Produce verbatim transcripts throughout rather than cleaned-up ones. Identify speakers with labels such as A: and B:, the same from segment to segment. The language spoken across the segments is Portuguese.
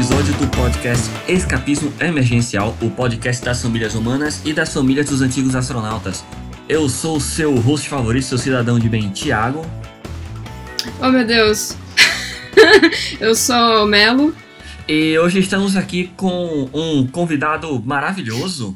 A: episódio do podcast Escapismo Emergencial, o podcast das famílias humanas e das famílias dos antigos astronautas. Eu sou o seu host favorito, seu cidadão de bem, Thiago.
B: Oh, meu Deus. Eu sou o Melo.
A: E hoje estamos aqui com um convidado maravilhoso,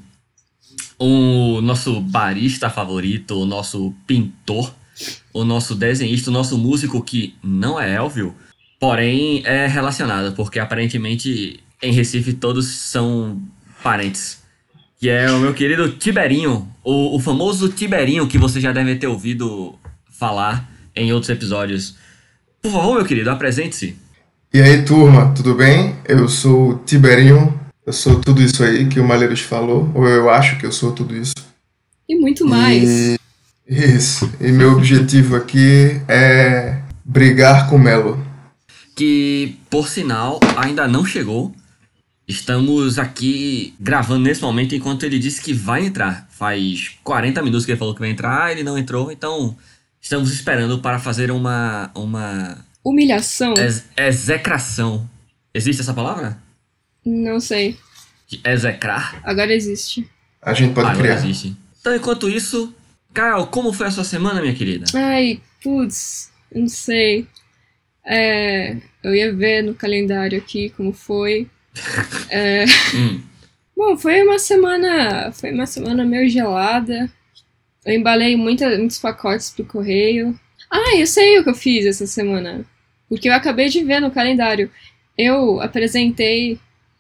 A: o nosso barista favorito, o nosso pintor, o nosso desenhista, o nosso músico que não é Elvio, porém é relacionado, porque aparentemente em Recife todos são parentes. Que é o meu querido Tiberinho, o, o famoso Tiberinho que você já deve ter ouvido falar em outros episódios. Por favor, meu querido, apresente-se.
C: E aí, turma, tudo bem? Eu sou o Tiberinho, eu sou tudo isso aí que o Malheiros falou, ou eu acho que eu sou tudo isso.
B: E muito mais.
C: E... Isso, e meu objetivo aqui é brigar com o Melo.
A: Que, por sinal, ainda não chegou. Estamos aqui gravando nesse momento enquanto ele disse que vai entrar. Faz quarenta minutos que ele falou que vai entrar, ele não entrou, então estamos esperando para fazer uma... uma...
B: Humilhação?
A: Ex- execração. Existe essa palavra?
B: Não sei.
A: Execrar?
B: Agora existe.
C: A gente pode
A: Agora
C: criar.
A: existe. Então, enquanto isso, Carol, como foi a sua semana, minha querida?
B: Ai, putz, não sei. É, eu ia ver no calendário aqui como foi. É,
A: Hum.
B: bom, foi uma semana. Foi uma semana meio gelada. Eu embalei muita, muitos pacotes pro correio. Ah, eu sei o que eu fiz essa semana. Porque eu acabei de ver no calendário. Eu apresentei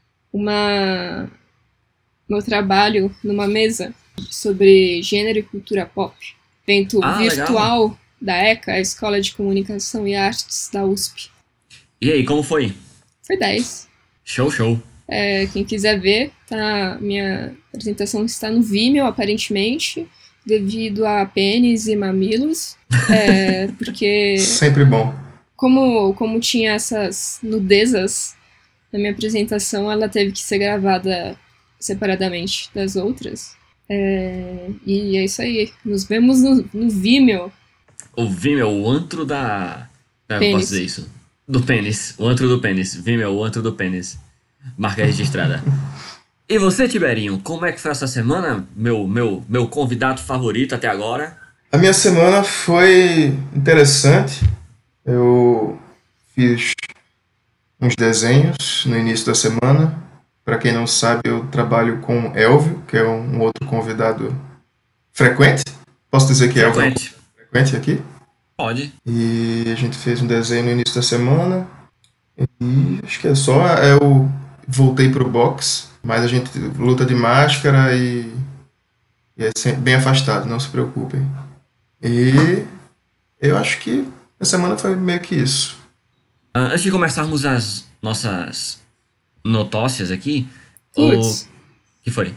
B: uma meu trabalho numa mesa sobre gênero e cultura pop. Evento
A: Ah,
B: virtual
A: legal.
B: da ECA, a Escola de Comunicação e Artes da U S P.
A: E aí, como foi?
B: Foi dez.
A: Show, show.
B: É, quem quiser ver, tá, minha apresentação está no Vimeo, aparentemente, devido a pênis e mamilos. É, porque
C: Sempre bom.
B: como, como tinha essas nudezas na minha apresentação, ela teve que ser gravada separadamente das outras. É, e é isso aí. Nos vemos no, no Vimeo.
A: O Vimeo, o antro da... Como eu
B: Pênis.
A: posso dizer isso? Do pênis. O antro do pênis. Vimeo, o antro do pênis. Marca registrada. E você, Tiberinho, como é que foi essa semana? Meu, meu, meu convidado favorito até agora.
C: A minha semana foi interessante. Eu fiz uns desenhos no início da semana. Para quem não sabe, eu trabalho com Elvio, que é um outro convidado frequente. Posso dizer que Elvio é um
A: Frequente.
C: frequente aqui?
A: Pode.
C: E a gente fez um desenho no início da semana. E acho que é só. Eu voltei pro box, mas a gente luta de máscara e, e é sempre bem afastado, não se preocupem. E eu acho que a semana foi meio que isso.
A: Ah, antes de começarmos as nossas notócias aqui,
B: Putz.
A: o que foi?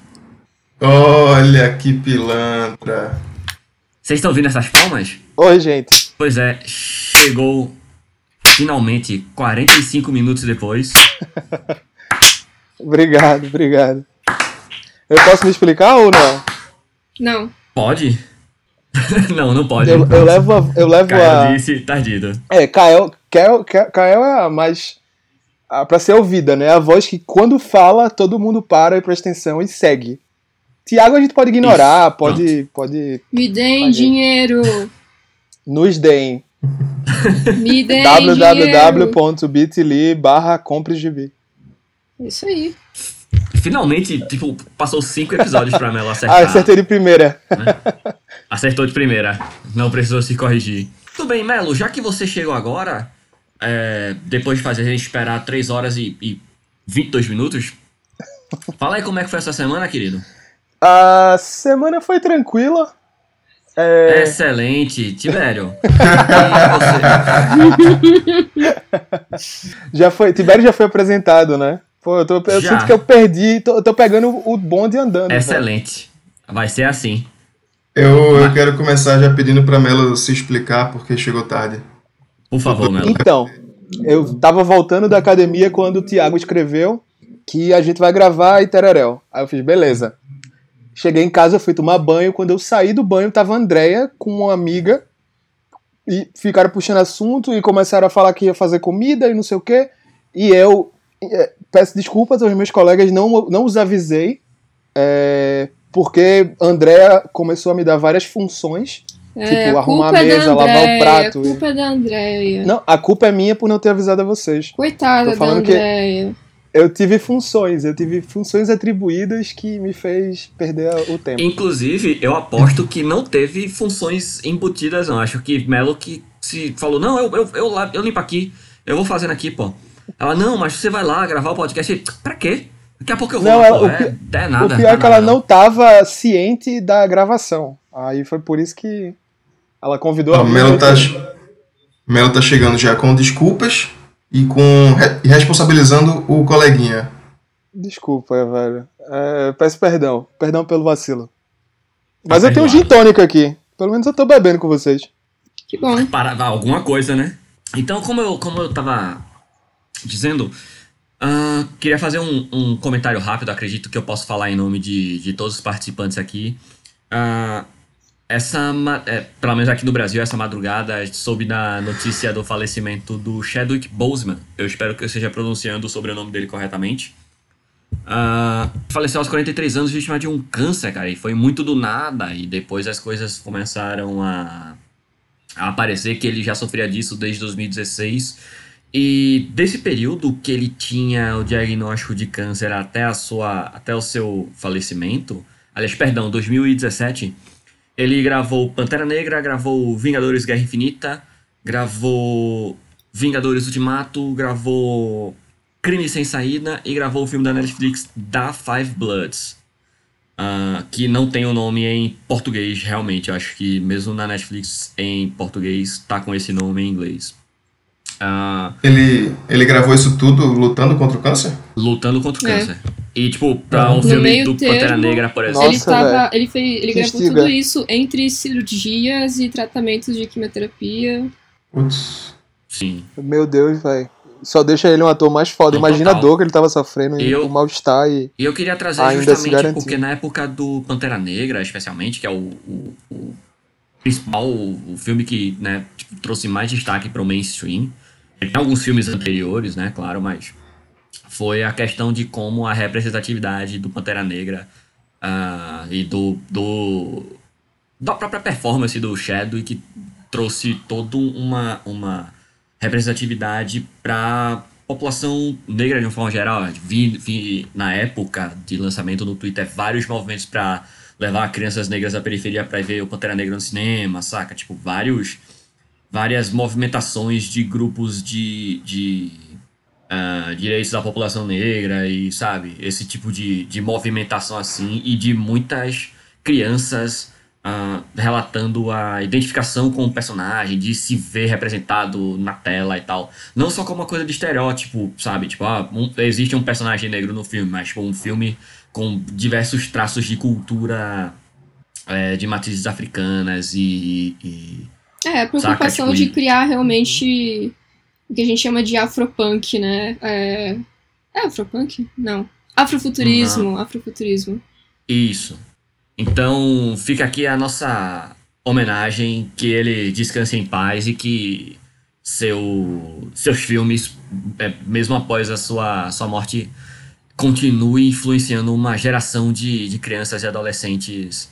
C: Olha que pilantra.
A: Vocês estão ouvindo essas palmas?
D: Oi, gente.
A: Pois é, chegou finalmente quarenta e cinco minutos depois.
D: Obrigado, obrigado. Eu posso me explicar ou não?
B: Não.
A: Pode? Não, não pode.
D: Eu, eu levo a... Eu levo
A: Caio
D: a...
A: disse tardido.
D: É, Kael, Kael, Kael é a mais... A, pra ser ouvida, né? A voz que quando fala, todo mundo para e presta atenção e segue. Tiago a gente pode ignorar,
A: Isso,
D: pode, pode...
B: Me deem
D: Pode.
B: dinheiro.
D: Nos deem.
B: Me deem
D: w w w
B: dinheiro.
D: ponto bit ponto l y barra compre gibi.
B: É isso aí.
A: Finalmente, tipo, passou cinco episódios pra Melo
D: Ah,
A: acertar.
D: acertei de primeira.
A: Acertou de primeira. Não precisou se corrigir. Tudo bem, Melo, já que você chegou agora, é, depois de fazer a gente esperar três horas e, e vinte e dois minutos, fala aí como é que foi essa semana, querido.
D: A semana foi tranquila. É...
A: Excelente, Tibério.
D: Já foi, Tibério já foi apresentado, né? Pô, eu, tô, eu
A: Já.
D: sinto que eu perdi, tô, eu tô pegando o bonde andando.
A: Excelente. Vai ser assim.
C: Eu, eu quero começar já pedindo pra Melo se explicar porque chegou tarde.
A: Por favor, Melo.
D: Então, eu tava voltando da academia quando o Thiago escreveu que a gente vai gravar Itereréu. Aí eu fiz, beleza. Cheguei em casa, fui tomar banho. Quando eu saí do banho, tava a Andrea com uma amiga e ficaram puxando assunto e começaram a falar que ia fazer comida e não sei o quê. E eu é, peço desculpas aos meus colegas, não, não os avisei, é, porque Andréa começou a me dar várias funções,
B: É,
D: tipo,
B: a
D: arrumar a
B: culpa é da
D: mesa, lavar o
B: Andréia,
D: prato.
B: A culpa é da Andréia.
D: Não, a culpa é minha por não ter avisado a vocês.
B: Coitada
D: Tô
B: da
D: falando que-
B: Andréia.
D: Eu tive funções, eu tive funções atribuídas que me fez perder o tempo.
A: Inclusive, eu aposto que não teve funções embutidas, não. Acho que Melo que se falou, não, eu, eu, eu, la- eu limpo aqui, eu vou fazendo aqui, pô. Ela, não, mas você vai lá gravar o podcast. E, pra quê? Daqui a pouco eu vou
D: Não,
A: lá,
D: ela-
A: pô.
D: o
A: É,
D: pi-
A: é nada.
D: o pior é que
A: nada,
D: ela não tava ciente da gravação. Aí foi por isso que ela convidou
C: Ó,
D: a mim.
C: Melo
D: eu
C: tá,
D: fui.
C: Melo tá chegando já com desculpas e com re- responsabilizando o coleguinha.
D: Desculpa, velho. É, peço perdão. Perdão pelo vacilo. Mas
A: Tá
D: eu tenho um
A: perdoado.
D: gin tônico aqui. Pelo menos eu tô bebendo com vocês.
B: Que bom.
A: Para alguma coisa, né? Então, como eu, como eu tava dizendo, ah, queria fazer um, um comentário rápido. Acredito que eu posso falar em nome de, de todos os participantes aqui. Ah, essa, ma- é, pelo menos aqui no Brasil, essa madrugada, a gente soube da notícia do falecimento do Chadwick Boseman. Eu espero que eu esteja pronunciando o sobrenome dele corretamente. Ah, faleceu aos quarenta e três anos, vítima de um câncer, cara. E foi muito do nada. E depois as coisas começaram a a aparecer que ele já sofria disso desde dois mil e dezesseis. E desse período que ele tinha o diagnóstico de câncer até, a sua, até o seu falecimento, aliás, perdão, dois mil e dezessete, ele gravou Pantera Negra, gravou Vingadores Guerra Infinita, gravou Vingadores Ultimato, gravou Crime Sem Saída e gravou o filme da Netflix Da Five Bloods. Ah, que não tem o nome em português, realmente. Eu acho que mesmo na Netflix em português tá com esse nome em inglês. Ah,
C: Ele, ele gravou isso tudo lutando contra o câncer?
A: lutando contra o
B: É.
A: câncer. E, tipo, pra um
B: No
A: filme
B: meio
A: do
B: termo,
A: Pantera Negra, por exemplo.
B: ele
D: Nossa,
B: tava.
D: velho.
B: Ele, fez, ele
D: Que
B: gravou
D: instiga.
B: tudo isso entre cirurgias e tratamentos de quimioterapia.
C: Putz.
A: Sim.
D: Meu Deus, velho. Só deixa ele um ator mais foda.
A: Não,
D: Imagina
A: total.
D: a dor que ele tava sofrendo, e
A: Eu-
D: o mal-estar e...
A: E eu queria trazer
D: Ainda se
A: justamente
D: garantiu.
A: porque na época do Pantera Negra, especialmente, que é o, o, o principal, o, o filme que, né, tipo, trouxe mais destaque para o mainstream. Tem alguns filmes anteriores, né, claro, mas foi a questão de como a representatividade do Pantera Negra ah, e do, do da própria performance do Chadwick trouxe toda uma, uma representatividade para população negra de uma forma geral. Vi, vi na época de lançamento no Twitter vários movimentos para levar crianças negras da periferia para ver o Pantera Negra no cinema, saca? Tipo, vários, várias movimentações de grupos de, de ah, direitos da população negra e, sabe, esse tipo de, de movimentação assim e de muitas crianças ah, relatando a identificação com o personagem, de se ver representado na tela e tal. Não só como uma coisa de estereótipo, sabe? Tipo, ah, um- existe um personagem negro no filme, mas tipo, um filme com diversos traços de cultura eh, de matrizes africanas e... e
B: É, a preocupação
A: Saca, tipo,
B: de
A: e-
B: criar realmente o que a gente chama de afropunk, né? É, é afropunk? Não. Afrofuturismo, afrofuturismo.
A: Isso. Então, fica aqui a nossa homenagem, que ele descanse em paz e que seu, seus filmes, é, mesmo após a sua, sua morte, continuem influenciando uma geração de, de crianças e adolescentes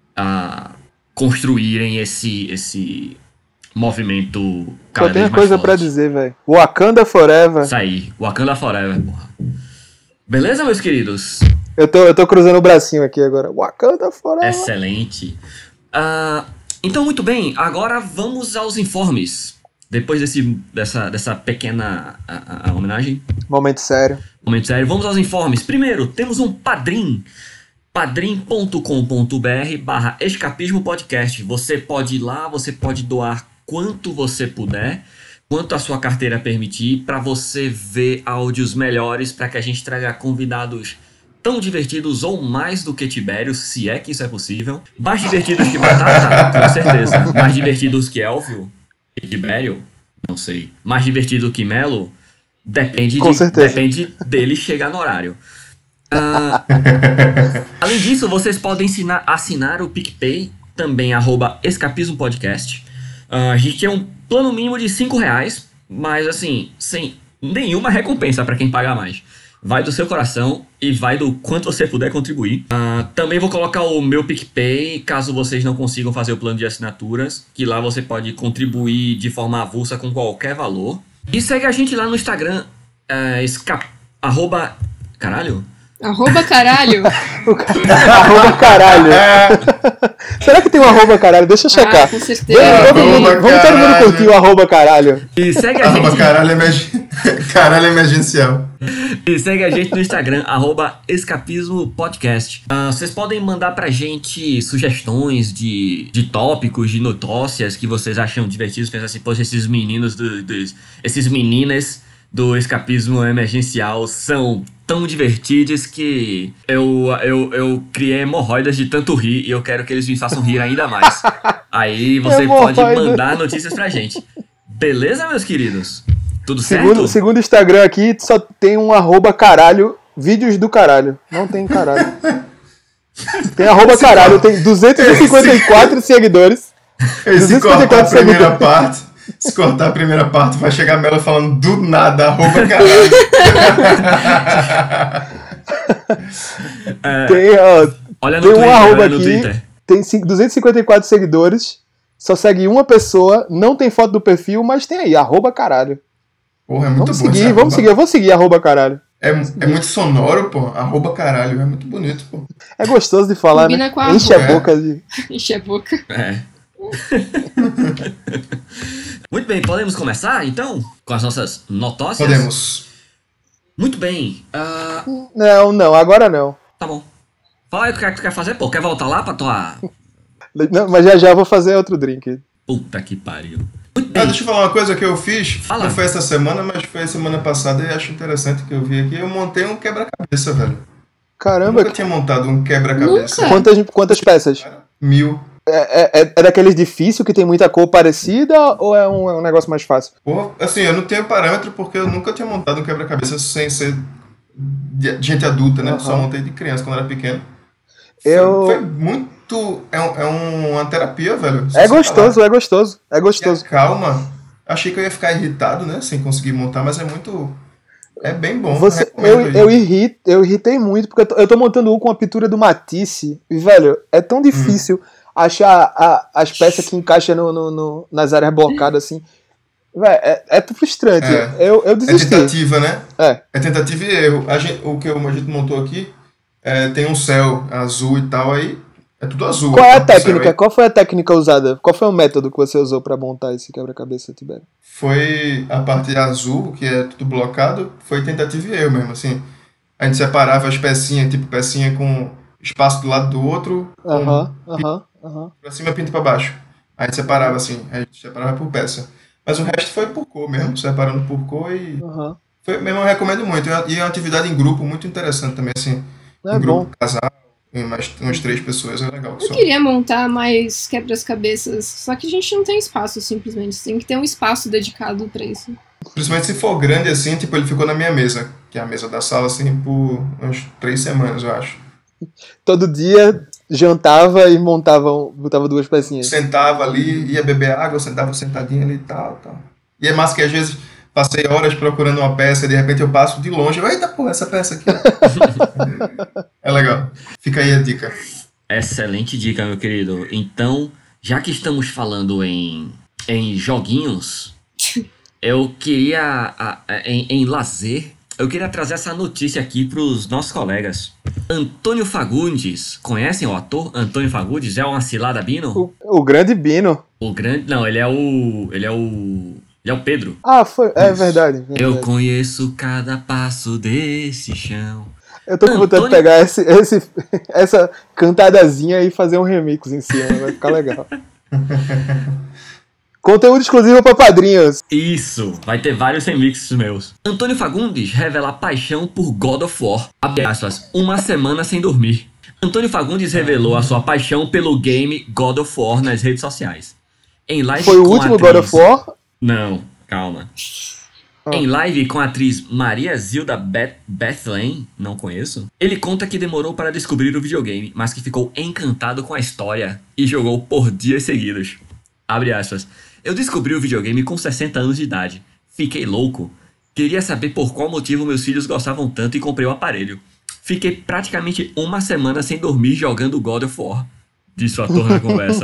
A: a construírem esse, esse movimento cada
D: Só
A: vez
D: tem
A: mais
D: coisa
A: forte.
D: pra dizer, velho. Wakanda Forever.
A: Isso aí, Wakanda Forever, porra. Beleza, meus queridos?
D: Eu tô, eu tô cruzando o bracinho aqui agora. Wakanda Forever.
A: Excelente. Ah, então, muito bem. Agora vamos aos informes. Depois desse, dessa, dessa pequena a- a- a homenagem,
D: Momento sério.
A: momento sério, vamos aos informes. Primeiro, temos um Padrim. padrim.com.br barra escapismo podcast. Você pode ir lá, você pode doar quanto você puder, quanto a sua carteira permitir, para você ver áudios melhores, para que a gente traga convidados tão divertidos ou mais do que Tibério, se é que isso é possível. Mais divertidos que Batata, com certeza. Mais divertidos que Elvio, que Tibério, não sei. Mais divertido que Melo, depende,
D: Com
A: de,
D: certeza.
A: depende dele chegar no horário. Ah, além disso, vocês podem assinar, assinar o PicPay, também arroba Escapismo Podcast. Ah, a gente tem um plano mínimo de cinco reais, mas assim, sem nenhuma recompensa para quem pagar mais. Vai do seu coração e vai do quanto você puder contribuir. Uh, também vou colocar o meu PicPay, caso vocês não consigam fazer o plano de assinaturas, que lá você pode contribuir de forma avulsa com qualquer valor. E segue a gente lá no Instagram, uh, esca... arroba... Caralho?
B: Arroba caralho?
D: Arroba caralho. Será que tem um arroba caralho? Deixa eu checar.
B: Ah, com certeza.
D: Vamos, todo mundo,
C: Arroba
D: vamos todo mundo
C: caralho.
D: curtir o arroba caralho.
A: E segue a
C: Arroba
A: gente...
C: caralho, emerg... caralho emergencial.
A: E segue a gente no Instagram, arroba Escapismo Podcast. Uh, vocês podem mandar pra gente sugestões de, de tópicos, de notócias que vocês acham divertidos. Pensar assim, poxa, esses meninos, do, dos, esses meninas do Escapismo Emergencial são tão divertidos que eu, eu, eu criei hemorroidas de tanto rir e eu quero que eles me façam rir ainda mais. Aí você pode
D: Hemorroida.
A: mandar notícias pra gente. Beleza, meus queridos? Tudo
D: Segundo,
A: certo?
D: segundo o Instagram aqui, só tem um arroba caralho, vídeos do caralho. Não tem caralho. Tem arroba caralho, tem duzentos e cinquenta e quatro seguidores.
C: Se cortar a
D: duzentos e cinquenta e quatro
C: primeira
D: seguidores.
C: parte, se cortar a primeira parte, vai chegar a Mela falando do nada, arroba caralho.
A: É,
D: Tem, ó,
A: olha no
D: tem um
A: Twitter,
D: arroba
A: olha no
D: aqui,
A: Twitter.
D: tem cinco- duzentos e cinquenta e quatro seguidores, só segue uma pessoa, não tem foto do perfil, mas tem aí, arroba caralho.
C: Porra, é muito
D: Vamos
C: bom esse
D: seguir,
C: arroba.
D: vamos seguir, eu vou seguir arroba caralho.
C: É, é muito sonoro, pô. Arroba caralho, é muito bonito, pô.
D: É gostoso de falar,
B: Combina
D: né?
B: com a
D: Enche a
C: arroba.
D: boca de...
B: Enche a boca.
A: É. Muito bem, podemos começar então? Com as nossas notócias?
C: Podemos.
A: Muito bem. ah,
D: Não, não, agora não.
A: tá bom. Fala aí o que é que tu quer fazer, pô. Quer voltar lá pra tua...
D: Não, mas já já eu vou fazer outro drink.
A: Puta que pariu. Muito
C: Ah,
A: bem.
C: deixa eu falar uma coisa que eu fiz.
A: Fala.
C: Não foi essa semana, mas foi semana passada e acho interessante que eu vi aqui. Eu montei um quebra-cabeça, velho. Eu
D: Caramba,
C: nunca tinha montado um quebra-cabeça.
B: Nunca?
D: quantas, quantas peças?
C: Mil.
D: É, é, é daqueles difíceis que tem muita cor parecida ou é um, é um negócio mais fácil?
C: Porra, assim, eu não tenho parâmetro porque eu nunca tinha montado um quebra-cabeça sem ser de gente adulta, né?
D: Aham.
C: Só montei de criança quando era pequeno.
D: Eu-
C: Foi, foi muito... É, um- é um- uma terapia, velho. Se
D: É
C: você
D: gostoso,
C: falar.
D: é gostoso, é
C: E a
D: gostoso.
C: calma. Achei que eu ia ficar irritado, né? Sem conseguir montar, mas é muito... É bem bom.
D: Você,
C: recomendo
D: eu,
C: aí.
D: eu, irrit, eu irritei muito, porque eu tô, eu tô montando um com a pintura do Matisse, e, velho, é tão difícil achar a- as peças que encaixam no, no- no- nas áreas blocadas, assim. Velho, é, é frustrante.
C: É.
D: Eu, eu
C: É
D: desisti.
C: tentativa, né?
D: É.
C: É tentativa e erro. A gente, o que a gente montou aqui é, tem um céu azul e tal, aí é tudo azul.
D: Qual é a
C: O céu
D: técnica?
C: aí
D: Qual foi a técnica usada? Qual foi o método que você usou pra montar esse quebra-cabeça, Tibério?
C: Foi a parte azul, que é tudo blocado, foi tentativa e erro mesmo, assim. A gente separava as pecinhas, tipo pecinha com espaço do lado do outro, com
D: Aham, aham, aham.
C: pra cima, pinto pra baixo. Aí a gente separava assim, a gente separava por peça. Mas o resto foi por cor mesmo, separando por cor e...
D: aham.
C: Foi mesmo, eu recomendo muito. E é uma atividade em grupo muito interessante também, assim.
D: É
C: em grupo,
D: bom.
C: casal, em mais umas três pessoas, é legal.
B: Eu
C: Só.
B: queria montar mais quebra-cabeças, só que a gente não tem espaço, simplesmente. Tem que ter um espaço dedicado pra isso.
C: Principalmente se for grande assim, tipo, ele ficou na minha mesa, que é a mesa da sala, assim, por umas três semanas, eu acho.
D: Todo dia jantava e montava, um- botava duas pecinhas.
C: Sentava ali, ia beber água, eu sentava sentadinho ali e tal, tal. E é massa que às vezes passei horas procurando uma peça e de repente eu passo de longe, eu, eita porra, essa peça aqui. ó." É legal. Fica aí a dica.
A: Excelente dica, meu querido. Então, já que estamos falando em, em joguinhos, eu queria, a- a- em, em lazer, eu queria trazer essa notícia aqui para os nossos colegas. Antônio Fagundes, conhecem o ator Antônio Fagundes? É uma cilada Bino?
D: O, o grande Bino.
A: O grande... Não, ele é o... Ele é o... Ele é o Pedro.
D: Ah, foi. É
C: Isso.
D: verdade. verdade.
A: Eu conheço cada passo desse chão.
D: Eu tô com vontade de
A: Antônio-
D: pegar esse, esse, essa cantadazinha e fazer um remix em cima, vai ficar legal. Conteúdo exclusivo para padrinhos.
A: Isso, vai ter vários remixes meus. Antônio Fagundes revela paixão por God of War. Abre aspas, uma semana sem dormir. Antônio Fagundes revelou a sua paixão pelo game God of War nas redes sociais. Em live
D: Foi o
A: com a
D: último
A: atriz...
D: God of War?
A: Não, calma.
D: Ah.
A: Em live com a atriz Maria Zilda Beth Bethlen, não conheço, ele conta que demorou para descobrir o videogame, mas que ficou encantado com a história e jogou por dias seguidos. Abre aspas. Eu descobri o videogame com sessenta anos de idade. Fiquei louco. Queria saber por qual motivo meus filhos gostavam tanto e comprei o aparelho. Fiquei praticamente uma semana sem dormir jogando God of War. Disse o ator na conversa.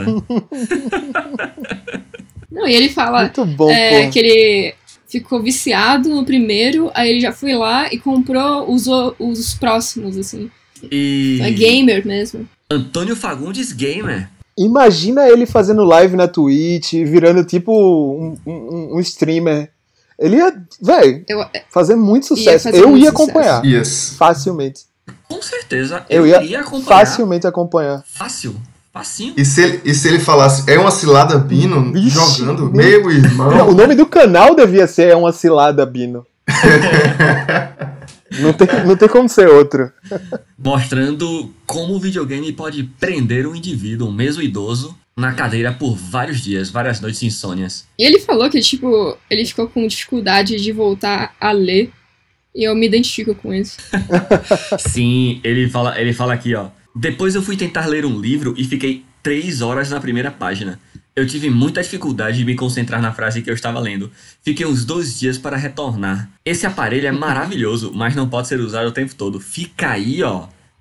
B: Não, e ele fala
D: Muito bom,
B: é,
D: pô.
B: que ele ficou viciado no primeiro, aí ele já foi lá e comprou os, o- os próximos, assim.
A: E...
B: É gamer mesmo.
A: Antônio Fagundes Gamer.
D: Imagina ele fazendo live na Twitch, virando tipo um, um, um streamer. Ele ia, véi,
B: Eu,
D: fazer muito
B: Ia
D: sucesso.
B: fazer
D: Eu
B: muito
D: ia
B: sucesso.
D: acompanhar.
C: Yes.
D: Facilmente.
A: Com certeza,
D: Eu
A: eu,
D: ia
A: iria acompanhar.
D: facilmente acompanhar.
A: Fácil. Facinho.
C: E se ele, e se ele falasse, é uma cilada Bino
D: Vixe,
C: jogando?
D: meu-
C: Meu irmão.
D: Não, o nome do canal devia ser É Uma Cilada, Bino. Não tem, não tem como ser outro.
A: Mostrando como o videogame pode prender um indivíduo, mesmo idoso, na cadeira por vários dias, várias noites insônias.
B: E ele falou que, tipo, ele ficou com dificuldade de voltar a ler. E eu me identifico com isso.
A: Sim, ele fala, ele fala aqui, ó. Depois eu fui tentar ler um livro e fiquei três horas na primeira página. Eu tive muita dificuldade de me concentrar na frase que eu estava lendo. Fiquei uns dois dias para retornar. Esse aparelho é maravilhoso, mas não pode ser usado o tempo todo. Fica aí, ó,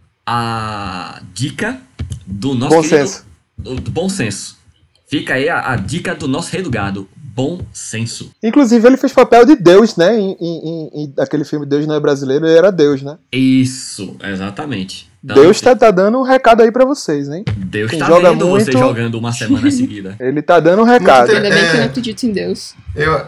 A: a dica do nosso
D: Bom
A: querido-
D: senso.
A: Do, do bom senso. Fica aí a, a dica do nosso rei do gado. Bom senso.
D: Inclusive, ele fez papel de Deus, né? Em, em, em, em aquele filme Deus Não É Brasileiro, ele era Deus, né?
A: Isso, exatamente. Então,
D: Deus tá, tá dando um recado aí pra vocês, hein?
A: Deus
D: quem
A: tá
D: joga
A: vendo você
D: muito-
A: jogando uma semana seguida.
D: Ele tá dando um recado.
C: Muito
B: Ainda bem que eu
C: É.
B: não acredito em Deus.
C: Eu,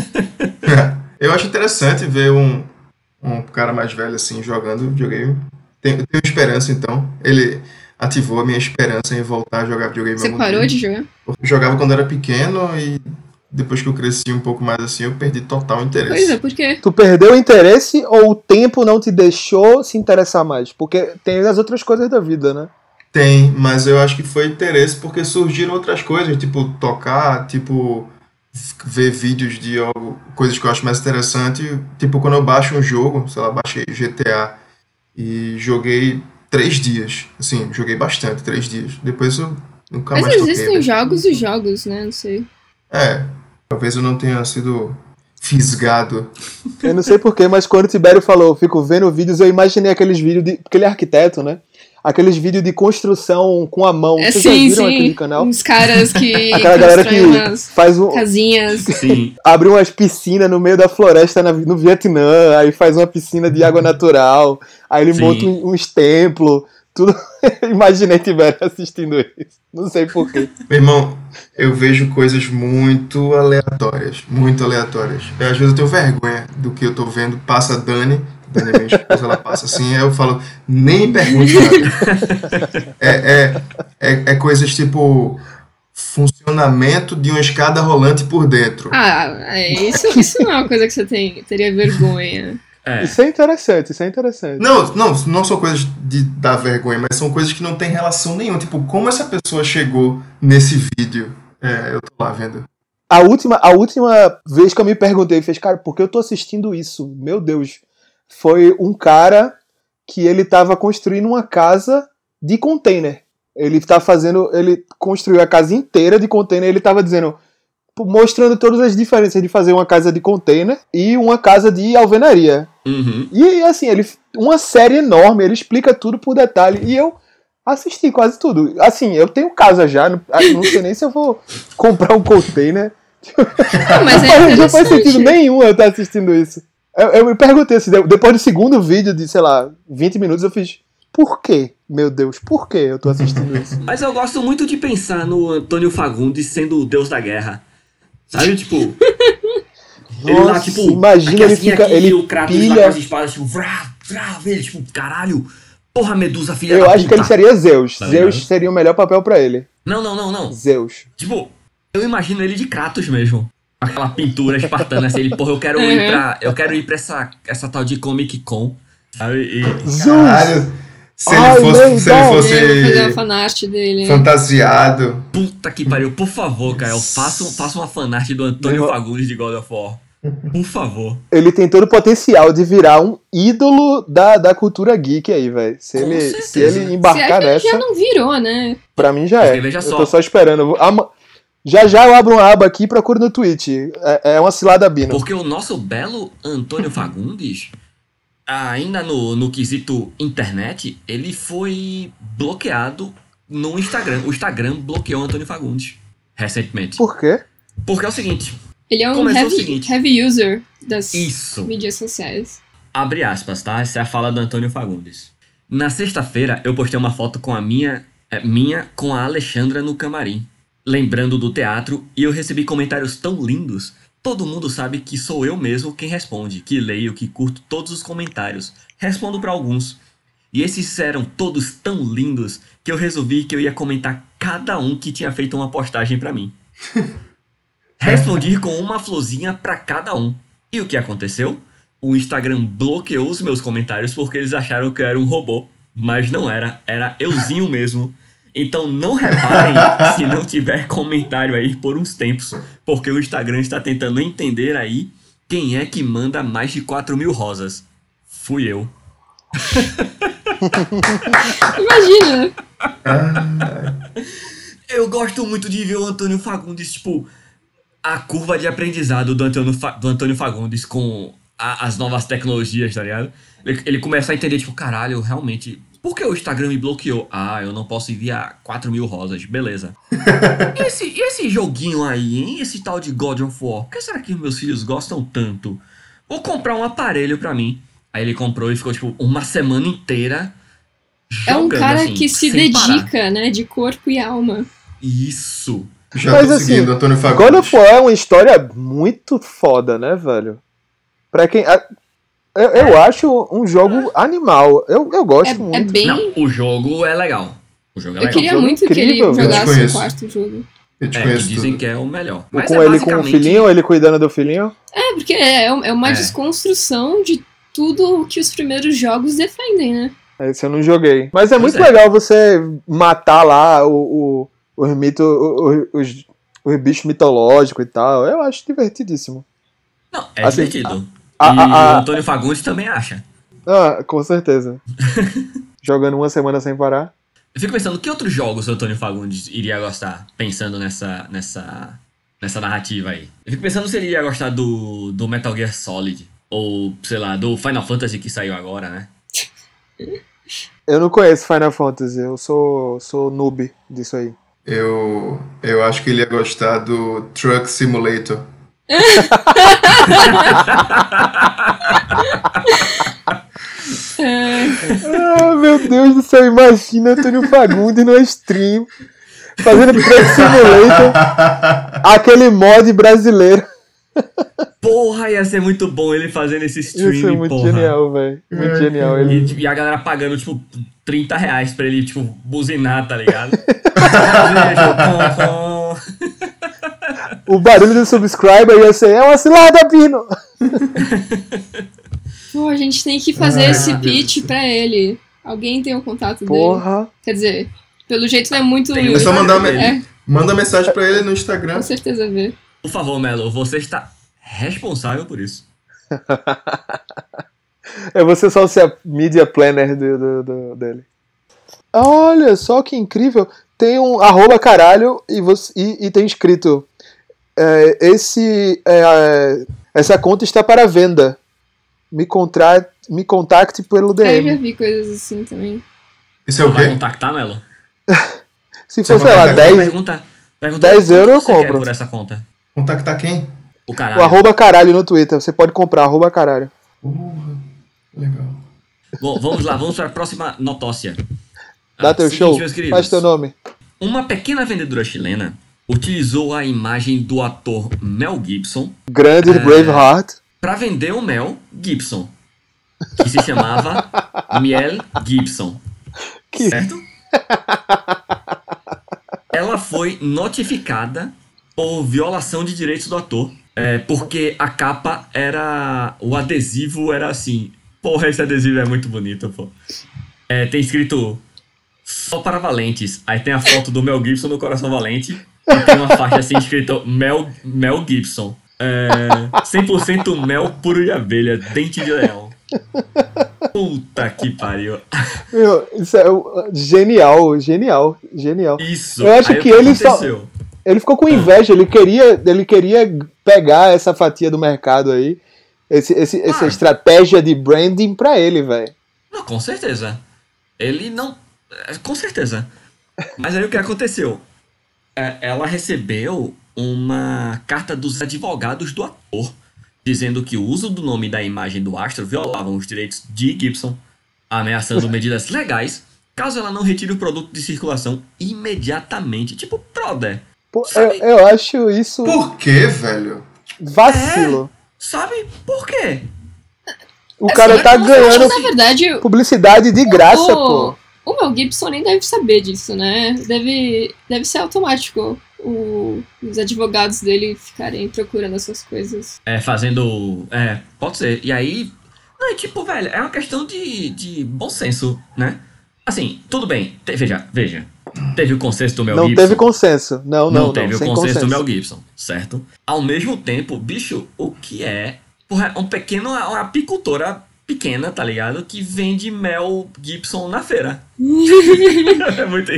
C: eu acho interessante ver um, um cara mais velho assim jogando videogame. Tenho, tenho esperança, então. Ele ativou a minha esperança em voltar a jogar videogame.
B: Você
C: algum
B: parou
C: dia.
B: de jogar?
C: Eu jogava quando era pequeno e depois que eu cresci um pouco mais assim, eu perdi total interesse.
B: Pois é, por quê?
D: Tu perdeu o interesse ou o tempo não te deixou se interessar mais? Porque tem as outras coisas da vida, né?
C: Tem, mas eu acho que foi interesse porque surgiram outras coisas, tipo tocar, tipo f- ver vídeos de algo, coisas que eu acho mais interessante. Tipo, quando eu baixo um jogo, sei lá, baixei G T A e joguei três dias. Assim, joguei bastante, três dias. Depois eu nunca
B: Mas
C: mais toquei.
B: existem
C: né?
B: jogos e jogos, né? Não sei.
C: É, talvez eu não tenha sido fisgado.
D: Eu não sei porquê, mas quando o Tibério falou, fico vendo vídeos, eu imaginei aqueles vídeos de. Porque ele é arquiteto, né? Aqueles vídeos de construção com a mão.
B: É,
D: Vocês
B: sim,
D: já viram aquele
B: sim.
D: canal?
B: Uns caras que
D: Aquela galera que
B: constroem umas
D: faz um,
B: casinhas.
A: Sim.
D: abre umas piscinas no meio da floresta na- no Vietnã, aí faz uma piscina de água natural, aí ele
A: Sim.
D: monta um- uns templos, tudo. Imaginei Tibério assistindo isso. Não sei porquê.
C: Meu irmão, eu vejo coisas muito aleatórias, muito aleatórias. Eu, às vezes eu tenho vergonha do que eu tô vendo. Passa a Dani, Dani é minha esposa, ela passa assim, aí eu falo, nem me pergunte nada. É, é, é, é coisas tipo funcionamento de uma escada rolante por dentro.
B: Ah, é, isso, isso não é uma coisa que você tem, teria vergonha.
A: É.
D: Isso é interessante, isso é interessante.
C: Não, não, não são coisas de dar vergonha, mas são coisas que não têm relação nenhuma. Tipo, como essa pessoa chegou nesse vídeo? É, eu tô lá vendo.
D: A última, a última vez que eu me perguntei, fez, cara, por que eu tô assistindo isso? Meu Deus. Foi um cara que ele tava construindo uma casa de container. Ele tá fazendo, ele construiu a casa inteira de container, ele tava dizendo, mostrando todas as diferenças de fazer uma casa de container e uma casa de alvenaria.
A: Uhum.
D: E assim, ele uma série enorme, ele explica tudo por detalhe. E eu assisti quase tudo. Assim, eu tenho casa já, não, não sei nem se eu vou comprar um container.
B: Não, mas é
D: Não faz sentido
B: interessante.
D: nenhum eu estar assistindo isso. Eu, eu me perguntei assim, depois do segundo vídeo de, sei lá, vinte minutos, eu fiz, por quê? Meu Deus, por que eu tô assistindo isso?
A: Mas eu gosto muito de pensar no Antônio Fagundes sendo o deus da guerra. Sabe, tipo... ele lá,
D: Nossa,
A: tipo...
D: imagina,
A: aqui
D: ele
A: assim,
D: fica-
A: aqui,
D: ele
A: o Kratos lá
D: pilha-
A: com as espadas, tipo... Vrá, vrá, ele, tipo, caralho... Porra, Medusa, filha
D: Eu
A: da
D: acho que ele
A: puta.
D: seria Zeus.
A: Tá
D: Zeus
A: ligado?
D: seria o melhor papel pra ele.
A: Não, não, não, não.
D: Zeus.
A: Tipo, eu imagino ele de Kratos mesmo. Aquela pintura espartana, assim, ele, porra, eu quero ir
B: Uhum.
A: pra... Eu quero ir pra essa, essa tal de Comic Con. Sabe? E...
D: Zeus!
C: Caralho, se ele
D: Ai,
C: fosse,
D: não,
C: se ele
D: não.
B: Eu vou fazer uma
C: fosse
B: fanart dele.
C: fantasiado.
A: Puta que pariu, por favor, Caio, faça, um- faça uma fanart do Antônio
D: Meu-
A: Fagundes de God of War. Por favor.
D: Ele tem todo o potencial de virar um ídolo da, da cultura geek aí, velho. Se
A: Com
D: ele,
A: certeza.
D: se ele
B: Se é
D: embarcar
B: que ele
D: nessa,
B: já não virou, né?
D: pra mim já
A: Porque
D: é.
A: veja
D: Eu
A: só.
D: tô só esperando. Eu vou- ama- Já já eu abro uma aba aqui e procuro no Twitch. É, é uma cilada Bino.
A: Porque o nosso belo Antônio Fagundes, ainda no, no quesito internet, ele foi bloqueado no Instagram. O Instagram bloqueou o Antônio Fagundes recentemente.
D: Por quê?
A: Porque é o seguinte...
B: Ele é um
A: Começou o
B: heavy,
A: seguinte.
B: heavy user das
A: Isso.
B: mídias sociais.
A: Abre aspas, tá? Essa é a fala do Antônio Fagundes. Na sexta-feira, eu postei uma foto com a minha, é, minha com a Alexandra no camarim, lembrando do teatro, e eu recebi comentários tão lindos. Todo mundo sabe que sou eu mesmo quem responde, que leio, que curto todos os comentários. Respondo pra alguns. E esses eram todos tão lindos que eu resolvi que eu ia comentar cada um que tinha feito uma postagem pra mim. Respondi com uma florzinha pra cada um. E o que aconteceu? O Instagram bloqueou os meus comentários porque eles acharam que eu era um robô. Mas não era, era euzinho mesmo. Então não reparem se não tiver comentário aí por uns tempos. Porque o Instagram está tentando entender aí quem é que manda mais de quatro mil rosas. Fui eu.
B: Imagina!
A: Eu gosto muito de ver o Antônio Fagundes, tipo... A curva de aprendizado do Antônio, Fa- do Antônio Fagundes com a- as novas tecnologias, tá ligado? Ele, ele começa a entender, tipo, caralho, realmente... Por que o Instagram me bloqueou? Ah, eu não posso enviar quatro mil rosas, beleza. E esse, e esse joguinho aí, hein? Esse tal de God of War, por que será que meus filhos gostam tanto? Vou comprar um aparelho pra mim. Aí ele comprou e ficou, tipo, uma semana inteira
B: É um
A: jogando,
B: cara
A: assim,
B: que se
A: sem parar.
B: dedica, né? De corpo e alma.
A: Isso.
C: Já
D: Mas
C: tô
D: assim,
C: seguindo Antônio
D: God
C: Fagundes.
D: of War é uma história muito foda, né, velho? Pra quem... a- Eu, eu acho um jogo animal. Eu, eu gosto
B: É, é
D: muito.
B: bem...
A: Não, o jogo é legal. O jogo é
B: Eu
A: legal.
B: queria
D: jogo
B: muito que ele
D: incrível, velho.
B: jogasse
C: Eu te
B: o
C: conheço.
B: quarto jogo.
C: Eu te
A: É, que
C: conheço
A: dizem
C: tudo.
A: que é o melhor. Mas
D: com
A: é
D: ele com o
A: basicamente-
D: filhinho ou ele cuidando do filhinho?
B: É, porque é, é uma
A: É.
B: desconstrução de tudo que os primeiros jogos defendem, né?
D: Esse eu não joguei. Mas é
A: Pois
D: muito
A: é.
D: legal você matar lá o, o, os mitos, o- o- os, os bichos mitológicos e tal. Eu acho divertidíssimo.
A: Não, é
D: Assim,
A: divertido.
D: a-
A: e
D: a- a-
A: o Antônio Fagundes também acha.
D: Ah, com certeza. Jogando uma semana sem parar.
A: Eu fico pensando, que outros jogos o Antônio Fagundes iria gostar, pensando nessa, nessa, nessa narrativa aí? Eu fico pensando se ele iria gostar do, do Metal Gear Solid, ou, sei lá, do Final Fantasy que saiu agora, né?
D: Eu não conheço Final Fantasy, eu sou, sou noob disso aí.
C: Eu, eu acho que ele ia gostar do Truck Simulator.
D: Ah, meu Deus do céu, imagina Antônio Fagundes no stream, fazendo Truck Simulator, aquele mod brasileiro.
A: Porra, ia ser muito bom ele fazendo esse stream,
D: Isso é muito
A: porra.
D: genial, velho. Muito genial. Ele...
A: E, e a galera pagando, tipo, trinta reais pra ele, tipo, buzinar, tá ligado?
D: O barulho do subscriber ia ser, é uma cilada, Pino!
B: Pô, a gente tem que fazer
C: Ah,
B: esse
C: meu
B: pitch
C: Deus.
B: pra ele. Alguém tem o contato dele.
D: Porra.
B: Quer dizer, pelo jeito não é muito...
A: Tem,
C: É só mandar, me-
B: É,
C: manda mensagem pra ele no Instagram.
B: com certeza vê.
A: Por favor, Melo, você está responsável por isso.
D: É você só ser a media planner do, do- do- dele. Olha só que incrível. Tem um arroba caralho e, você, e, e tem escrito é, esse, é, essa conta está para venda. Me, contra, me contacte pelo
B: É, eu já
D: D M.
B: vi coisas assim também.
C: Isso é o
A: Vai
C: quê?
A: contactar, Melo?
D: Se
C: Você
D: for, sei lá,
C: vai
D: dez,
A: Pergunta, pergunta
D: dez
A: quanto
D: euros eu
A: você quer
D: compro.
A: por essa conta.
C: Contactar quem?
A: O caralho.
D: o arroba caralho no Twitter. Você pode comprar, arroba caralho.
C: Porra, legal.
A: Bom, vamos lá, vamos para a próxima notócia.
D: Dá
A: Ah,
D: teu
A: seguinte,
D: show,
A: meus queridos.
D: faz teu nome.
A: Uma pequena vendedora chilena utilizou a imagem do ator Mel Gibson
D: Grande
A: É.
D: Braveheart.
A: para vender o Mel Gibson, que se chamava Miel Gibson,
D: Que-
A: certo? Ela foi notificada por violação de direitos do ator, é, porque a capa era... o adesivo era assim... Porra, esse adesivo é muito bonito, pô. É, tem escrito... Só para valentes. Aí tem a foto do Mel Gibson no Coração Valente. E tem uma faixa assim escrito Mel, Mel Gibson. É, cem por cento mel puro de abelha, dente de leão. Puta que pariu.
D: Meu, isso é uh, genial, genial, genial.
A: Isso.
D: Eu acho
A: Aí o
D: que ele só-
A: aconteceu?
D: Ele ficou com inveja, ele queria, ele queria pegar essa fatia do mercado aí, esse, esse, essa
A: Ah.
D: estratégia de branding pra ele, velho.
A: Não, com certeza. Ele não. é, Com certeza. Mas aí o que aconteceu? É, ela recebeu uma carta dos advogados do ator, dizendo que o uso do nome e da imagem do astro violavam os direitos de Gibson, ameaçando medidas legais caso ela não retire o produto de circulação imediatamente. Tipo, brother.
D: Pô, eu,
A: Sabe?
D: eu acho isso
C: Por quê, velho?
D: vacilo.
A: Sabe por quê?
D: O cara
A: Assim,
D: tá
A: é como se
D: ganhando
A: fosse-
B: Na verdade,
D: publicidade de graça,
B: o,
D: pô.
B: o Mel Gibson nem deve saber disso, né? Deve, deve ser automático o- os advogados dele ficarem procurando essas coisas.
A: É, fazendo. É, pode ser. E aí. Não, é tipo, velho, é uma questão de, de bom senso, né? Assim, tudo bem. Te- veja, veja. Teve o consenso do Mel
D: Não
A: Gibson.
D: teve consenso. Não, não,
A: Não
D: não.
A: teve o
D: sem
A: consenso
D: consenso.
A: do Mel Gibson, certo? Ao mesmo tempo, bicho, o que é? Porra, um pequeno, uma apicultora pequena, tá ligado? Que vende Mel Gibson na feira. É muito.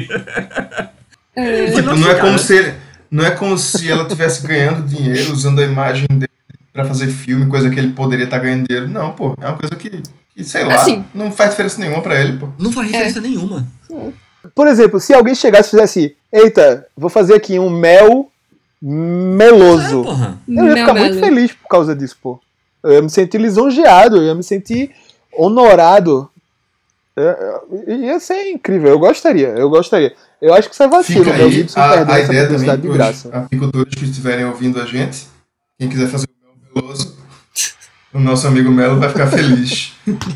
B: É,
C: Tipo,
A: Nossa,
C: não é
A: cara.
C: como se ele- não é como se ela estivesse ganhando dinheiro usando a imagem dele pra fazer filme, coisa que ele poderia estar ganhando dinheiro. Não, pô, é uma coisa que, que, sei lá,
B: Assim.
C: não faz diferença nenhuma pra ele, pô.
A: Não faz diferença nenhuma.
D: Por exemplo, se alguém chegasse e fizesse, eita, vou fazer aqui um mel
A: É,
D: meloso.
A: porra.
D: Eu ia ficar muito
B: Mel
D: feliz por causa disso, pô. Eu ia me sentir lisonjeado, eu ia me sentir honorado. É, é, ia ser incrível, eu gostaria, eu gostaria. Eu acho que isso é vacilo,
C: Fica
D: o Mel
C: aí
D: Gibson
C: a,
D: perder
C: a
D: essa
C: ideia também
D: publicidade de
C: pros
D: graça.
C: apicultores que estiverem ouvindo a gente. Quem quiser fazer o mel meloso, o nosso amigo Melo vai ficar feliz.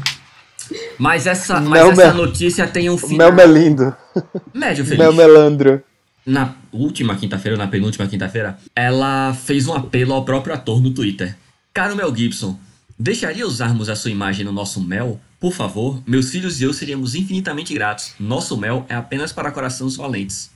A: Mas essa, mas
D: Mel
A: essa
D: Mel-
A: notícia tem um
D: O
A: final
D: Mel Melindo,
A: médio feliz.
D: Mel Melandro.
A: Na última quinta-feira, ou na penúltima quinta-feira, ela fez um apelo ao próprio ator no Twitter. Caro Mel Gibson, deixaria usarmos a sua imagem no nosso mel? Por favor, meus filhos e eu seríamos infinitamente gratos. Nosso mel é apenas para corações valentes.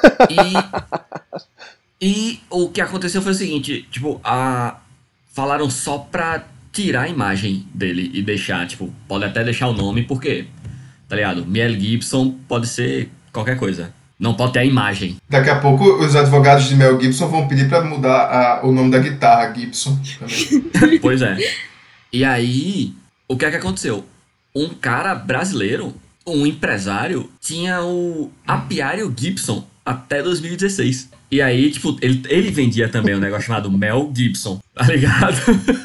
A: E, e o que aconteceu foi o seguinte, tipo, a, falaram só pra tirar a imagem dele e deixar, tipo, pode até deixar o nome, porque, tá ligado? Mel Gibson pode ser qualquer coisa. Não pode ter a imagem.
C: Daqui a pouco os advogados de Mel Gibson vão pedir pra mudar a- o nome da guitarra, Gibson. Também.
A: Pois é. E aí, o que é que aconteceu? Um cara brasileiro, um empresário, tinha o apiário Gibson até dois mil e dezesseis. E aí, tipo, ele, ele vendia também um negócio chamado Mel Gibson, tá ligado?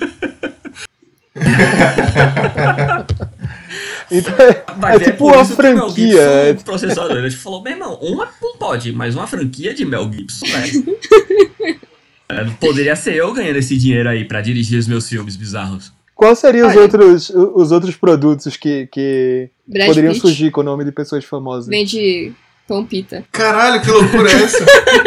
D: Então, é,
A: Mas
D: é tipo
A: por
D: uma
A: isso que o Mel
D: franquia. é
A: Gibson, processador, ele falou, meu irmão, uma não pode, mas uma franquia de Mel Gibson, né? É, poderia ser eu ganhando esse dinheiro aí pra dirigir os meus filmes bizarros.
D: Quais seriam os
B: Olha.
D: outros, os outros produtos que, que
B: Brad
D: poderiam
B: Pitt
D: surgir com o nome de pessoas famosas?
B: vende pão pita.
C: Caralho, que loucura é essa?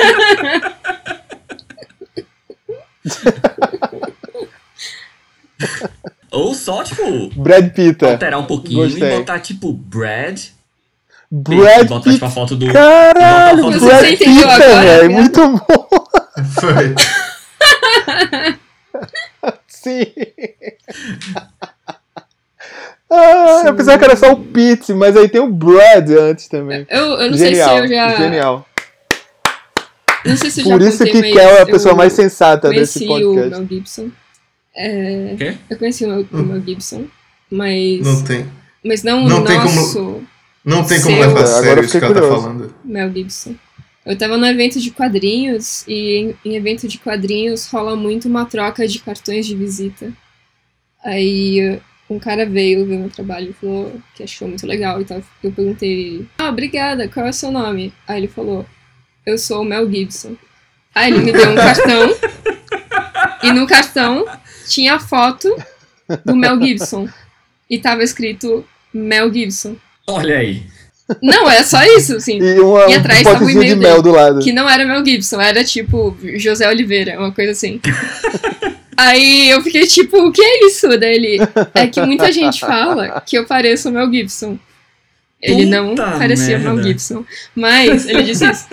A: Ou só, tipo,
D: Brad Pitt.
A: alterar um pouquinho
D: Gostei.
A: e botar, tipo, Brad.
D: Brad
A: e botar,
D: Pitt.
A: tipo, a foto do...
D: Caralho,
A: botar a foto
B: Você
A: do-
D: Brad
B: entendeu
D: Pitt,
B: agora,
D: velho.
B: né?
D: Muito bom.
C: Foi.
D: Sim. Ah, eu pensava que era só o Pitt, mas aí tem o Brad antes também.
B: Eu, eu não
D: Genial,
B: sei se eu já.
D: genial.
B: Não sei se eu
D: Por
B: já
D: isso
B: contei,
D: que
B: mas
D: Kel é a pessoa
B: eu
D: mais sensata desse
B: conheci o
D: podcast.
B: Mel Gibson. É,
A: Quê?
B: eu conheci o Mel, o Mel Gibson, mas.
C: Não tem,
B: Mas não,
C: não
B: o
C: tem como-
B: nosso
C: não tem como
B: Seu.
C: levar a
D: Agora
C: sério
D: eu
C: isso que
D: fiquei
C: ela tá
D: curioso.
C: falando.
B: Mel Gibson. Eu tava no evento de quadrinhos e em, em evento de quadrinhos rola muito uma troca de cartões de visita. Aí um cara veio ver meu trabalho e falou que achou muito legal e tal. Eu perguntei, ah, obrigada, qual é o seu nome? Aí ele falou, eu sou o Mel Gibson. Aí ele me deu um cartão e no cartão tinha a foto do Mel Gibson e tava escrito Mel Gibson.
A: Olha aí.
B: Não, é só isso, assim.
D: E uma,
B: E atrás
D: um
B: tava o
D: potezinho de
B: e-mail
D: mel do lado.
B: Que não era Mel Gibson, era tipo José Oliveira, uma coisa assim. Aí eu fiquei tipo, o que é isso dele? É que muita gente fala que eu pareço o Mel Gibson. Ele não
A: Puta
B: parecia o Mel
A: merda.
B: Gibson. Mas ele disse isso.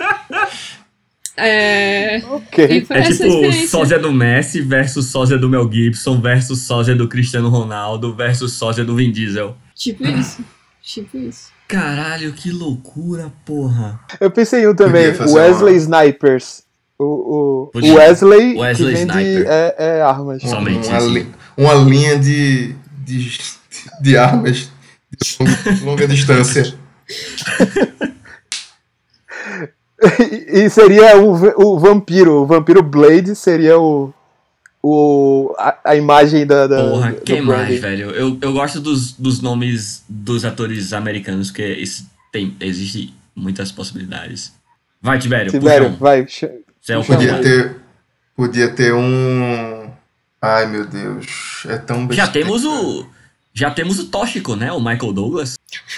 B: É, e
D: Ok.
B: foi
A: É
B: essa
A: tipo
B: experiência.
A: sósia do Messi versus sósia do Mel Gibson versus sósia do Cristiano Ronaldo versus sósia do Vin Diesel.
B: Tipo isso. Tipo isso.
A: Caralho, que loucura, porra.
D: Eu pensei em um também,
C: Podia fazer
D: Wesley
C: uma-
D: Snipers. O, o,
A: Podia.
D: o Wesley,
A: Wesley
D: que vende
A: Sniper.
D: é, é armas.
A: Somente
C: uma,
A: isso.
C: li- uma linha de, de, de armas de longa, longa distância.
D: E, e seria o, v- o vampiro. O vampiro Blade seria o, o, a, a imagem da, da,
A: Porra,
D: do
A: quem
D: branding.
A: mais, velho? Eu, eu gosto dos, dos nomes dos atores americanos, porque isso tem, existe muitas possibilidades. Vai, Tibério,
D: Tibério,
A: puxa um.
D: vai. ch-
A: Você é o
D: puxa um.
C: Podia
A: comando.
C: ter, podia ter um... Ai, meu Deus. É tão
A: Já
C: besteira.
A: temos o. Já temos o tóxico, né? O Michael Douglas.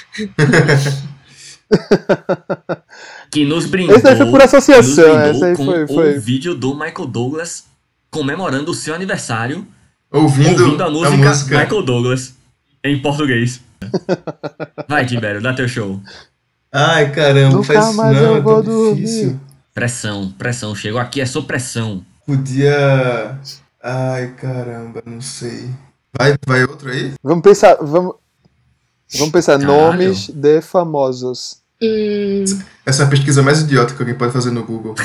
A: Que nos brindou,
D: Esse aí foi por associação,
A: nos brindou
D: esse aí
A: com
D: foi- foi-
A: o vídeo do Michael Douglas comemorando o seu aniversário,
C: Ouvindo,
A: ouvindo a música,
C: a música.
A: Michael Douglas em português. Vai, Tibério, dá teu show.
C: Ai, caramba,
D: Nunca
C: faz isso
D: mais
C: não,
D: eu
C: é
D: vou
C: tão
D: dormir.
C: difícil.
A: Pressão, pressão. Chegou aqui, é sob pressão.
C: Podia... Ai, caramba, não sei. Vai, vai outro aí?
D: Vamos pensar. Vamos, vamos pensar
A: Caralho.
D: nomes de famosos.
B: Hum,
C: Essa é a pesquisa mais idiota que alguém pode fazer no Google.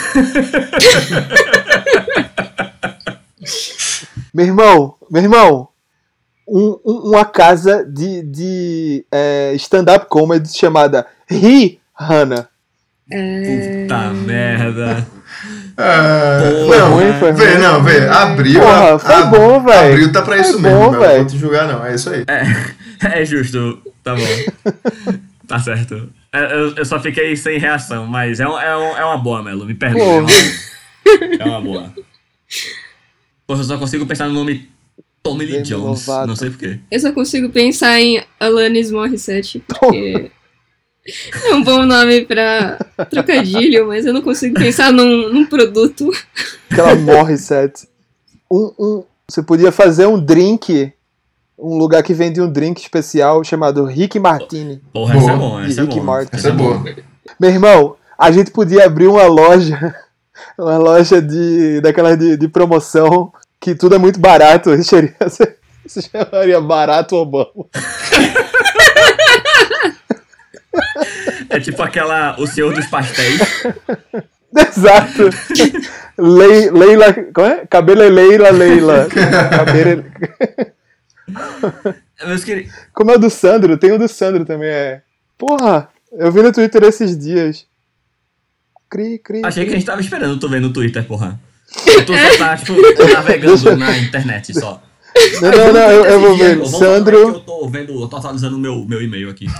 D: Meu irmão, meu irmão, um- um- uma casa de, de é, stand-up comedy chamada Rihanna.
A: Puta merda.
C: Ah,
A: Porra,
C: não,
D: ruim, foi
C: vê,
D: ruim.
C: não, vê. Abril.
D: Porra,
C: a-
D: foi
C: a-
D: bom, véi.
C: Abril tá pra
D: Foi
C: isso
D: bom,
C: mesmo, velho.
D: véi.
C: Não vou te julgar, não. É isso aí.
A: É, é justo, tá bom. Tá certo. É, Eu, eu só fiquei sem reação, mas é, um, é, um, é uma boa, Melo. Me perdoe. É uma boa. É uma boa. Porra, eu só consigo pensar no nome Tommy Lee
D: Demi
A: Jones.
D: Lovato.
A: Não sei porquê.
B: eu só consigo pensar em Alanis Morissette, porque é um bom nome pra trocadilho, mas eu não consigo pensar num, num produto.
D: Aquela Morissette. Um, um, você podia fazer um drink, um lugar que vende um drink especial chamado Rick Martini.
A: Porra, essa é
C: Boa.
A: boa. Essa é
D: Rick
A: boa.
D: Martin.
C: Essa é boa.
D: Meu irmão, a gente podia abrir uma loja, uma loja de, daquelas de, de promoção, que tudo é muito barato. Seria, se chamaria Barato Obama.
A: É tipo aquela. O Senhor dos Pastéis.
D: Exato. Lei, Leila. Como é? Cabelo é Leila, Leila. Cabelo é-
A: Meus queridos.
D: Como é o do Sandro? Tem o do Sandro também, é. Porra, eu vi no Twitter esses dias. Cri, cri.
A: Achei que a
D: cri.
A: gente tava esperando tu ver no Twitter, porra. Tu só tá, tipo, navegando na internet só.
D: Não, não, não, eu, eu vou ver.
A: Vamos falar
D: Sandro.
A: que eu tô vendo, eu tô atualizando o meu, meu e-mail aqui.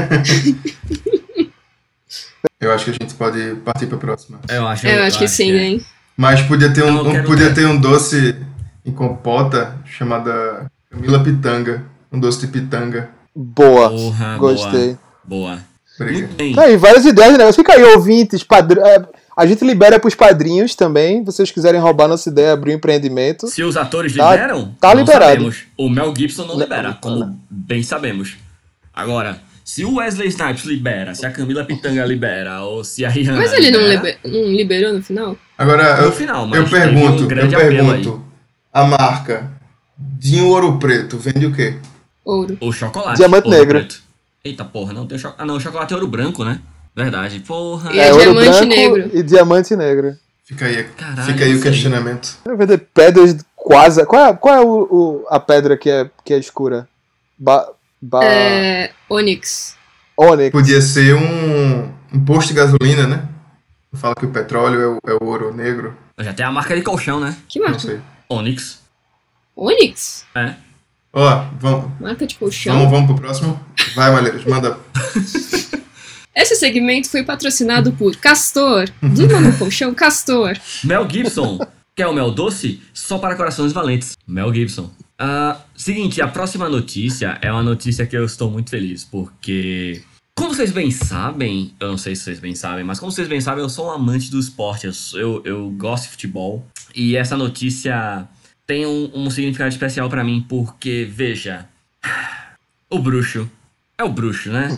C: Eu acho que a gente pode partir pra próxima.
A: Eu acho,
B: Eu acho que sim,
A: é.
B: hein?
C: Mas podia ter um,
A: Eu
C: um-
A: quero
C: podia
A: ter.
C: ter um doce em compota chamada Camila Pitanga. Um doce de pitanga.
D: Boa.
A: Porra,
D: Gostei.
A: boa. Boa.
C: Obrigado.
A: Muito bem.
D: Aí, várias ideias, né? Fica aí, ouvintes, padr... é, a gente libera pros padrinhos também. Se vocês quiserem roubar nossa ideia, abrir um empreendimento.
A: Se os atores
D: Tá-
A: liberam,
D: tá
A: não
D: liberado.
A: sabemos. O Mel Gibson não
D: Não,
A: libera,
D: não,
A: como
D: não.
A: bem sabemos. Agora, se o Wesley Snipes libera, se a Camila Pitanga libera, ou se a Rihanna
B: Mas ele não,
A: libera,
B: liber- não liberou no final?
C: Agora,
A: no
C: eu,
A: final, mas
C: eu
A: teve
C: pergunto,
A: um
C: eu
A: grande apelo aí.
C: pergunto. A marca Dinho Ouro Preto vende o quê?
B: Ouro.
A: O chocolate.
D: Diamante
A: ouro
D: negro.
A: preto. Eita porra, não tem cho... Ah não, o chocolate é ouro branco, né? Verdade, porra.
B: E é
D: ouro
B: diamante
D: branco
B: negro.
D: e diamante negro.
C: Fica aí,
A: Caralho,
C: fica aí o
A: isso aí.
C: questionamento.
D: Eu vou vender pedras quase. Qual é, qual é o, o- a pedra que é, que é escura? Ba, ba...
B: É. Onyx.
D: Onyx.
C: Podia ser um, um posto de gasolina, né? Fala que o petróleo é o, é o ouro negro.
A: Já tem a marca de colchão, né?
B: Que
C: Não
B: marca?
C: sei.
A: Onyx.
B: Onyx?
A: É.
C: Ó, vamos,
B: Marca de colchão.
C: vamos, vamos pro próximo? Vai, Malheiros, manda.
B: Esse segmento foi patrocinado por Castor. Do nome colchão, Castor.
A: Mel Gibson. Quer o mel doce? Só para corações valentes. Mel Gibson. Ah, seguinte, a próxima notícia é uma notícia que eu estou muito feliz, porque... Como vocês bem sabem, eu não sei se vocês bem sabem, mas como vocês bem sabem, eu sou um amante do esporte, eu, sou- eu, eu gosto de futebol. E essa notícia tem um, um significado especial pra mim, porque, veja, o bruxo, é o bruxo, né?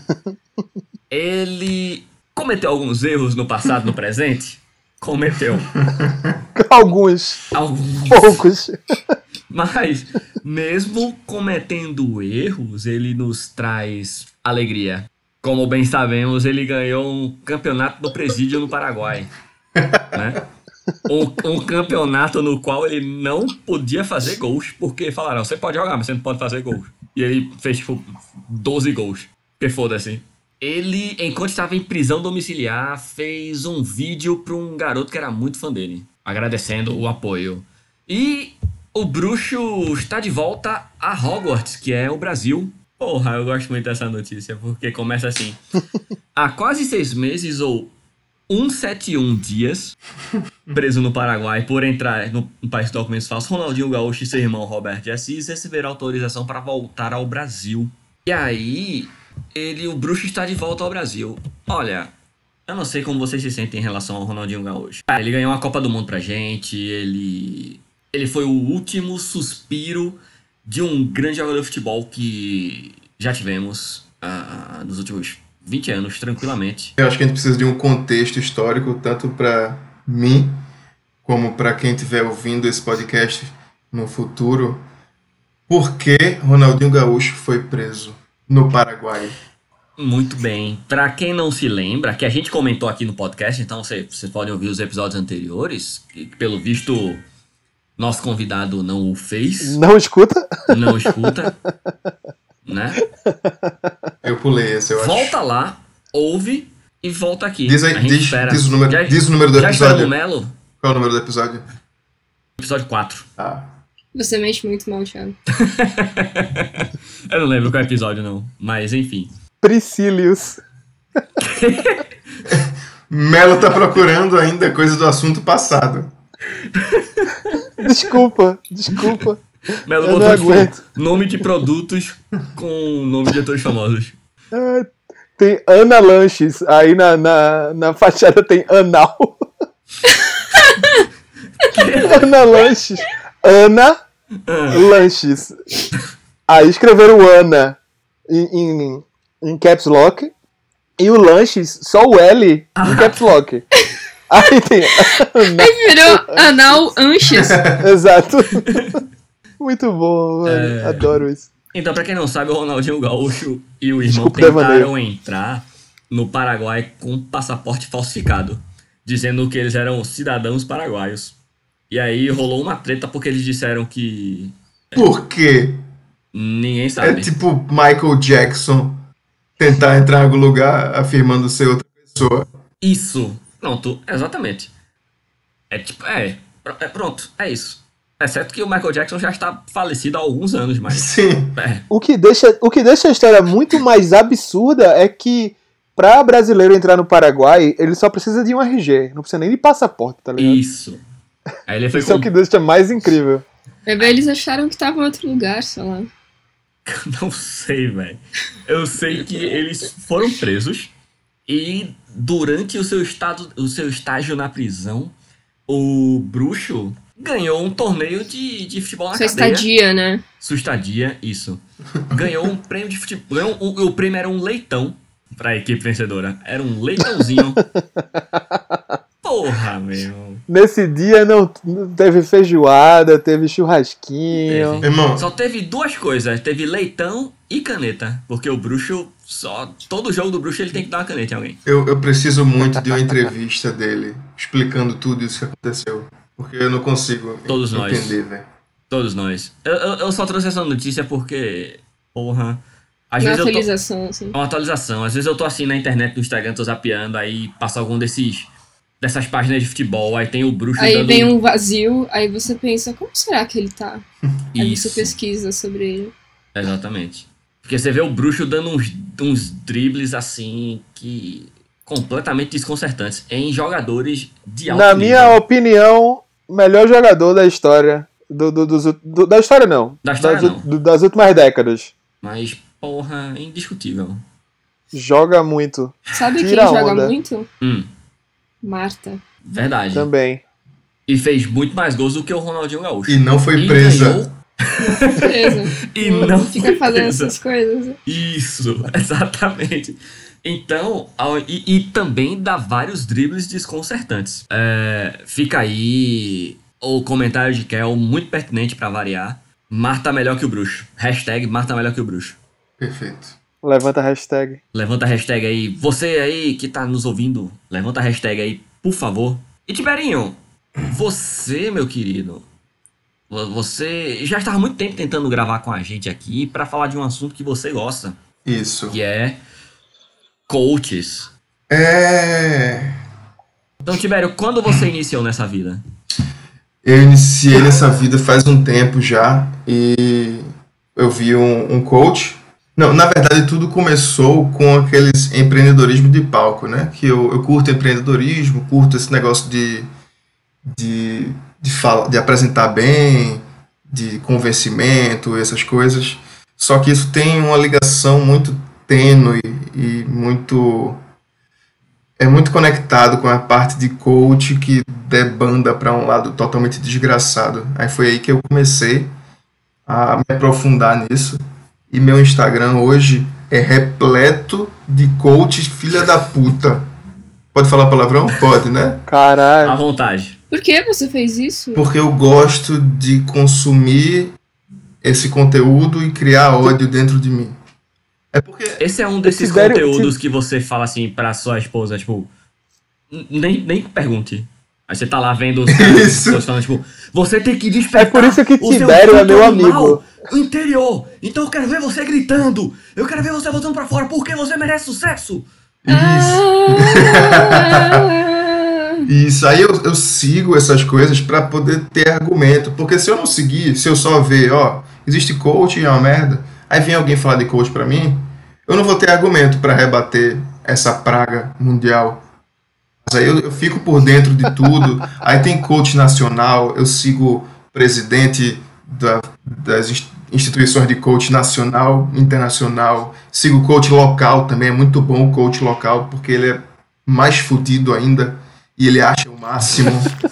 A: Ele cometeu alguns erros no passado, no presente? Cometeu.
D: Alguns.
A: Alguns.
D: Poucos.
A: Mas, mesmo cometendo erros, ele nos traz alegria. Como bem sabemos, ele ganhou um campeonato do presídio no Paraguai. Né? Um, um campeonato no qual ele não podia fazer gols, porque falaram, você pode jogar, mas você não pode fazer gols. E ele fez, tipo, doze gols. Porque foda-se. Ele, enquanto estava em prisão domiciliar, fez um vídeo pra um garoto que era muito fã dele, agradecendo o apoio. E o bruxo está de volta a Hogwarts, que é o Brasil. Porra, eu gosto muito dessa notícia, porque começa assim. Há quase seis meses, ou cento e setenta e um dias, preso no Paraguai por entrar no, no país de documentos falsos, Ronaldinho Gaúcho e seu irmão Roberto de Assis receberam autorização para voltar ao Brasil. E aí, ele, o bruxo está de volta ao Brasil. Olha, eu não sei como vocês se sentem em relação ao Ronaldinho Gaúcho. Ah, ele ganhou a Copa do Mundo pra gente, ele, ele foi o último suspiro de um grande jogador de futebol que já tivemos uh, nos últimos vinte anos, tranquilamente.
C: Eu acho que a gente precisa de um contexto histórico, tanto para mim, como para quem estiver ouvindo esse podcast no futuro. Por que Ronaldinho Gaúcho foi preso no Paraguai?
A: Muito bem. Pra quem não se lembra, que a gente comentou aqui no podcast, então vocês podem ouvir os episódios anteriores, que pelo visto nosso convidado não o fez.
D: Não escuta?
A: Não escuta. Né?
C: Eu pulei esse, eu acho.
A: Volta lá, ouve e volta aqui.
C: Diz aí,
A: a gente
C: diz,
A: espera.
C: diz o número,
A: já,
C: diz o número do
A: já
C: episódio.
A: Já Melo?
C: Qual é o número do episódio?
A: Episódio quatro.
C: Ah.
B: Você mente muito mal, Thiago.
A: Eu não lembro qual é o episódio, não. Mas, enfim.
D: Priscilius.
C: Melo tá procurando ainda coisa do assunto passado.
D: Desculpa, desculpa.
A: Melo
D: Eu
A: botou
D: não
A: tipo,
D: aguento.
A: nome de produtos com nome de atores famosos.
D: Ah, tem Ana Lanches, aí na, na, na fachada tem Anal. Ana Lanches. Ana
A: Ah,
D: Lanches. Aí escreveram Ana em, em, em caps lock e o Lanches, só o L em caps lock. Aí tem Ana.
B: Aí virou anal anches.
D: Exato. Muito bom, mano.
A: É.
D: Adoro isso.
A: Então, pra quem não sabe, o Ronaldinho Gaúcho e o irmão
D: Desculpa,
A: tentaram
D: devaneio.
A: entrar no Paraguai com passaporte falsificado, dizendo que eles eram cidadãos paraguaios. E aí rolou uma treta porque eles disseram que
C: Por quê?
A: ninguém
C: É
A: sabe.
C: tipo Michael Jackson tentar entrar em algum lugar afirmando ser outra pessoa.
A: Isso. Pronto, exatamente. É tipo, é, pr- é pronto, é isso. Exceto que o Michael Jackson já está falecido há alguns anos, mas
C: Sim.
A: é,
D: O que, deixa, o que deixa a história muito mais absurda é que pra brasileiro entrar no Paraguai, ele só precisa de um R G, não precisa nem de passaporte, tá ligado?
A: isso. Aí ele foi
D: Isso é
A: com...
D: o que deixa mais incrível.
B: Vai ver, eles acharam que tava em outro lugar, sei lá.
A: Não sei, velho. Eu sei que eles foram presos e durante o seu, estado, o seu estágio na prisão, o bruxo ganhou um torneio de, de futebol na
B: Sua
A: cadeia.
B: estadia, né?
A: Sua estadia, isso. Ganhou um prêmio de futebol. Ganhou um- o prêmio era um leitão pra equipe vencedora. Era um leitãozinho. Porra, meu.
D: Nesse dia não, não teve feijoada, teve churrasquinho.
A: Teve.
C: Irmão,
A: Só teve duas coisas. Teve leitão e caneta. Porque o bruxo, só todo jogo do bruxo ele tem que dar uma caneta em alguém.
C: eu, eu preciso muito de uma entrevista dele explicando tudo isso que aconteceu. Porque eu não consigo
A: Todos nós.
C: entender, velho.
A: Todos nós. Eu, eu, eu só trouxe essa notícia porque, porra, às
B: Uma
A: vezes eu tô...
B: atualização, assim.
A: É uma atualização. Às vezes eu tô assim na internet, no Instagram, tô zapeando, aí passa algum desses... dessas páginas de futebol, aí tem o bruxo
B: Aí
A: dando...
B: vem um vazio, aí você pensa, como será que ele tá? Aí
A: Isso,
B: você pesquisa sobre ele.
A: exatamente. Porque você vê o bruxo dando uns, uns dribles assim, que... completamente desconcertantes, em jogadores de alto
D: Na
A: nível.
D: minha opinião, melhor jogador da história. Do, do- dos ut- do- da história não.
A: Da história
D: das,
A: não.
D: do- das últimas décadas.
A: Mas, porra, indiscutível.
D: Joga muito.
B: Sabe quem
D: Tira a
B: joga
D: onda.
B: muito?
A: Hum,
B: Marta.
A: verdade.
D: Também.
A: E fez muito mais gols do que o Ronaldinho Gaúcho.
C: E não foi
A: E
C: presa.
A: ganhou-
B: Beleza.
A: E não
B: Fica
A: foi
B: fazendo
A: presa.
B: essas coisas.
A: Isso, exatamente. Então, ao- e, e também dá vários dribles desconcertantes. É, fica aí o comentário de Kel, muito pertinente pra variar. Marta melhor que o bruxo. Hashtag Marta melhor que o bruxo.
C: Perfeito.
D: Levanta a hashtag.
A: Levanta a hashtag aí. Você aí que tá nos ouvindo, levanta a hashtag aí, por favor. E Tiberinho, Você, meu querido, vo- você já estava há muito tempo tentando gravar com a gente aqui para falar de um assunto que você gosta,
C: Isso.
A: que é coaches.
C: É.
A: Então, Tibério, quando você iniciou nessa vida?
C: Eu iniciei nessa vida faz um tempo já e eu vi um, um coach. Não, na verdade tudo começou com aqueles empreendedorismo de palco, né? Que eu, eu curto empreendedorismo, curto esse negócio de, de, de, fala, de apresentar bem, de convencimento, essas coisas. Só que isso tem uma ligação muito tênue e muito é muito conectado com a parte de coach que debanda para um lado totalmente desgraçado. Aí foi aí que eu comecei a me aprofundar nisso. E meu Instagram hoje é repleto de coaches filha da puta. Pode falar palavrão? Pode, né?
A: À
D: Caralho.
A: vontade.
B: Por que você fez isso?
C: Porque eu gosto de consumir esse conteúdo e criar ódio dentro de mim. É porque
A: Esse é um desses
D: Tibério-
A: conteúdos que você fala assim pra sua esposa, tipo, n- nem, nem pergunte. Aí você tá lá vendo os caras
C: Isso.
A: pessoas falando, tipo, você tem que despertar
D: É por isso que
A: o seu
D: Tibério é
A: instinto
D: meu
A: animal
D: amigo.
A: interior. Então eu quero ver você gritando. Eu quero ver você botando pra fora porque você merece sucesso.
B: Ah,
C: Isso, aí eu, eu sigo essas coisas para poder ter argumento, porque se eu não seguir, se eu só ver, ó, existe coach, é uma merda, aí vem alguém falar de coach para mim, eu não vou ter argumento para rebater essa praga mundial. Mas aí eu, eu fico por dentro de tudo, aí tem coach nacional, eu sigo presidente da- das ins- instituições de coach nacional, internacional, sigo coach local também, é muito bom o coach local, porque ele é mais fudido ainda e ele acha o máximo.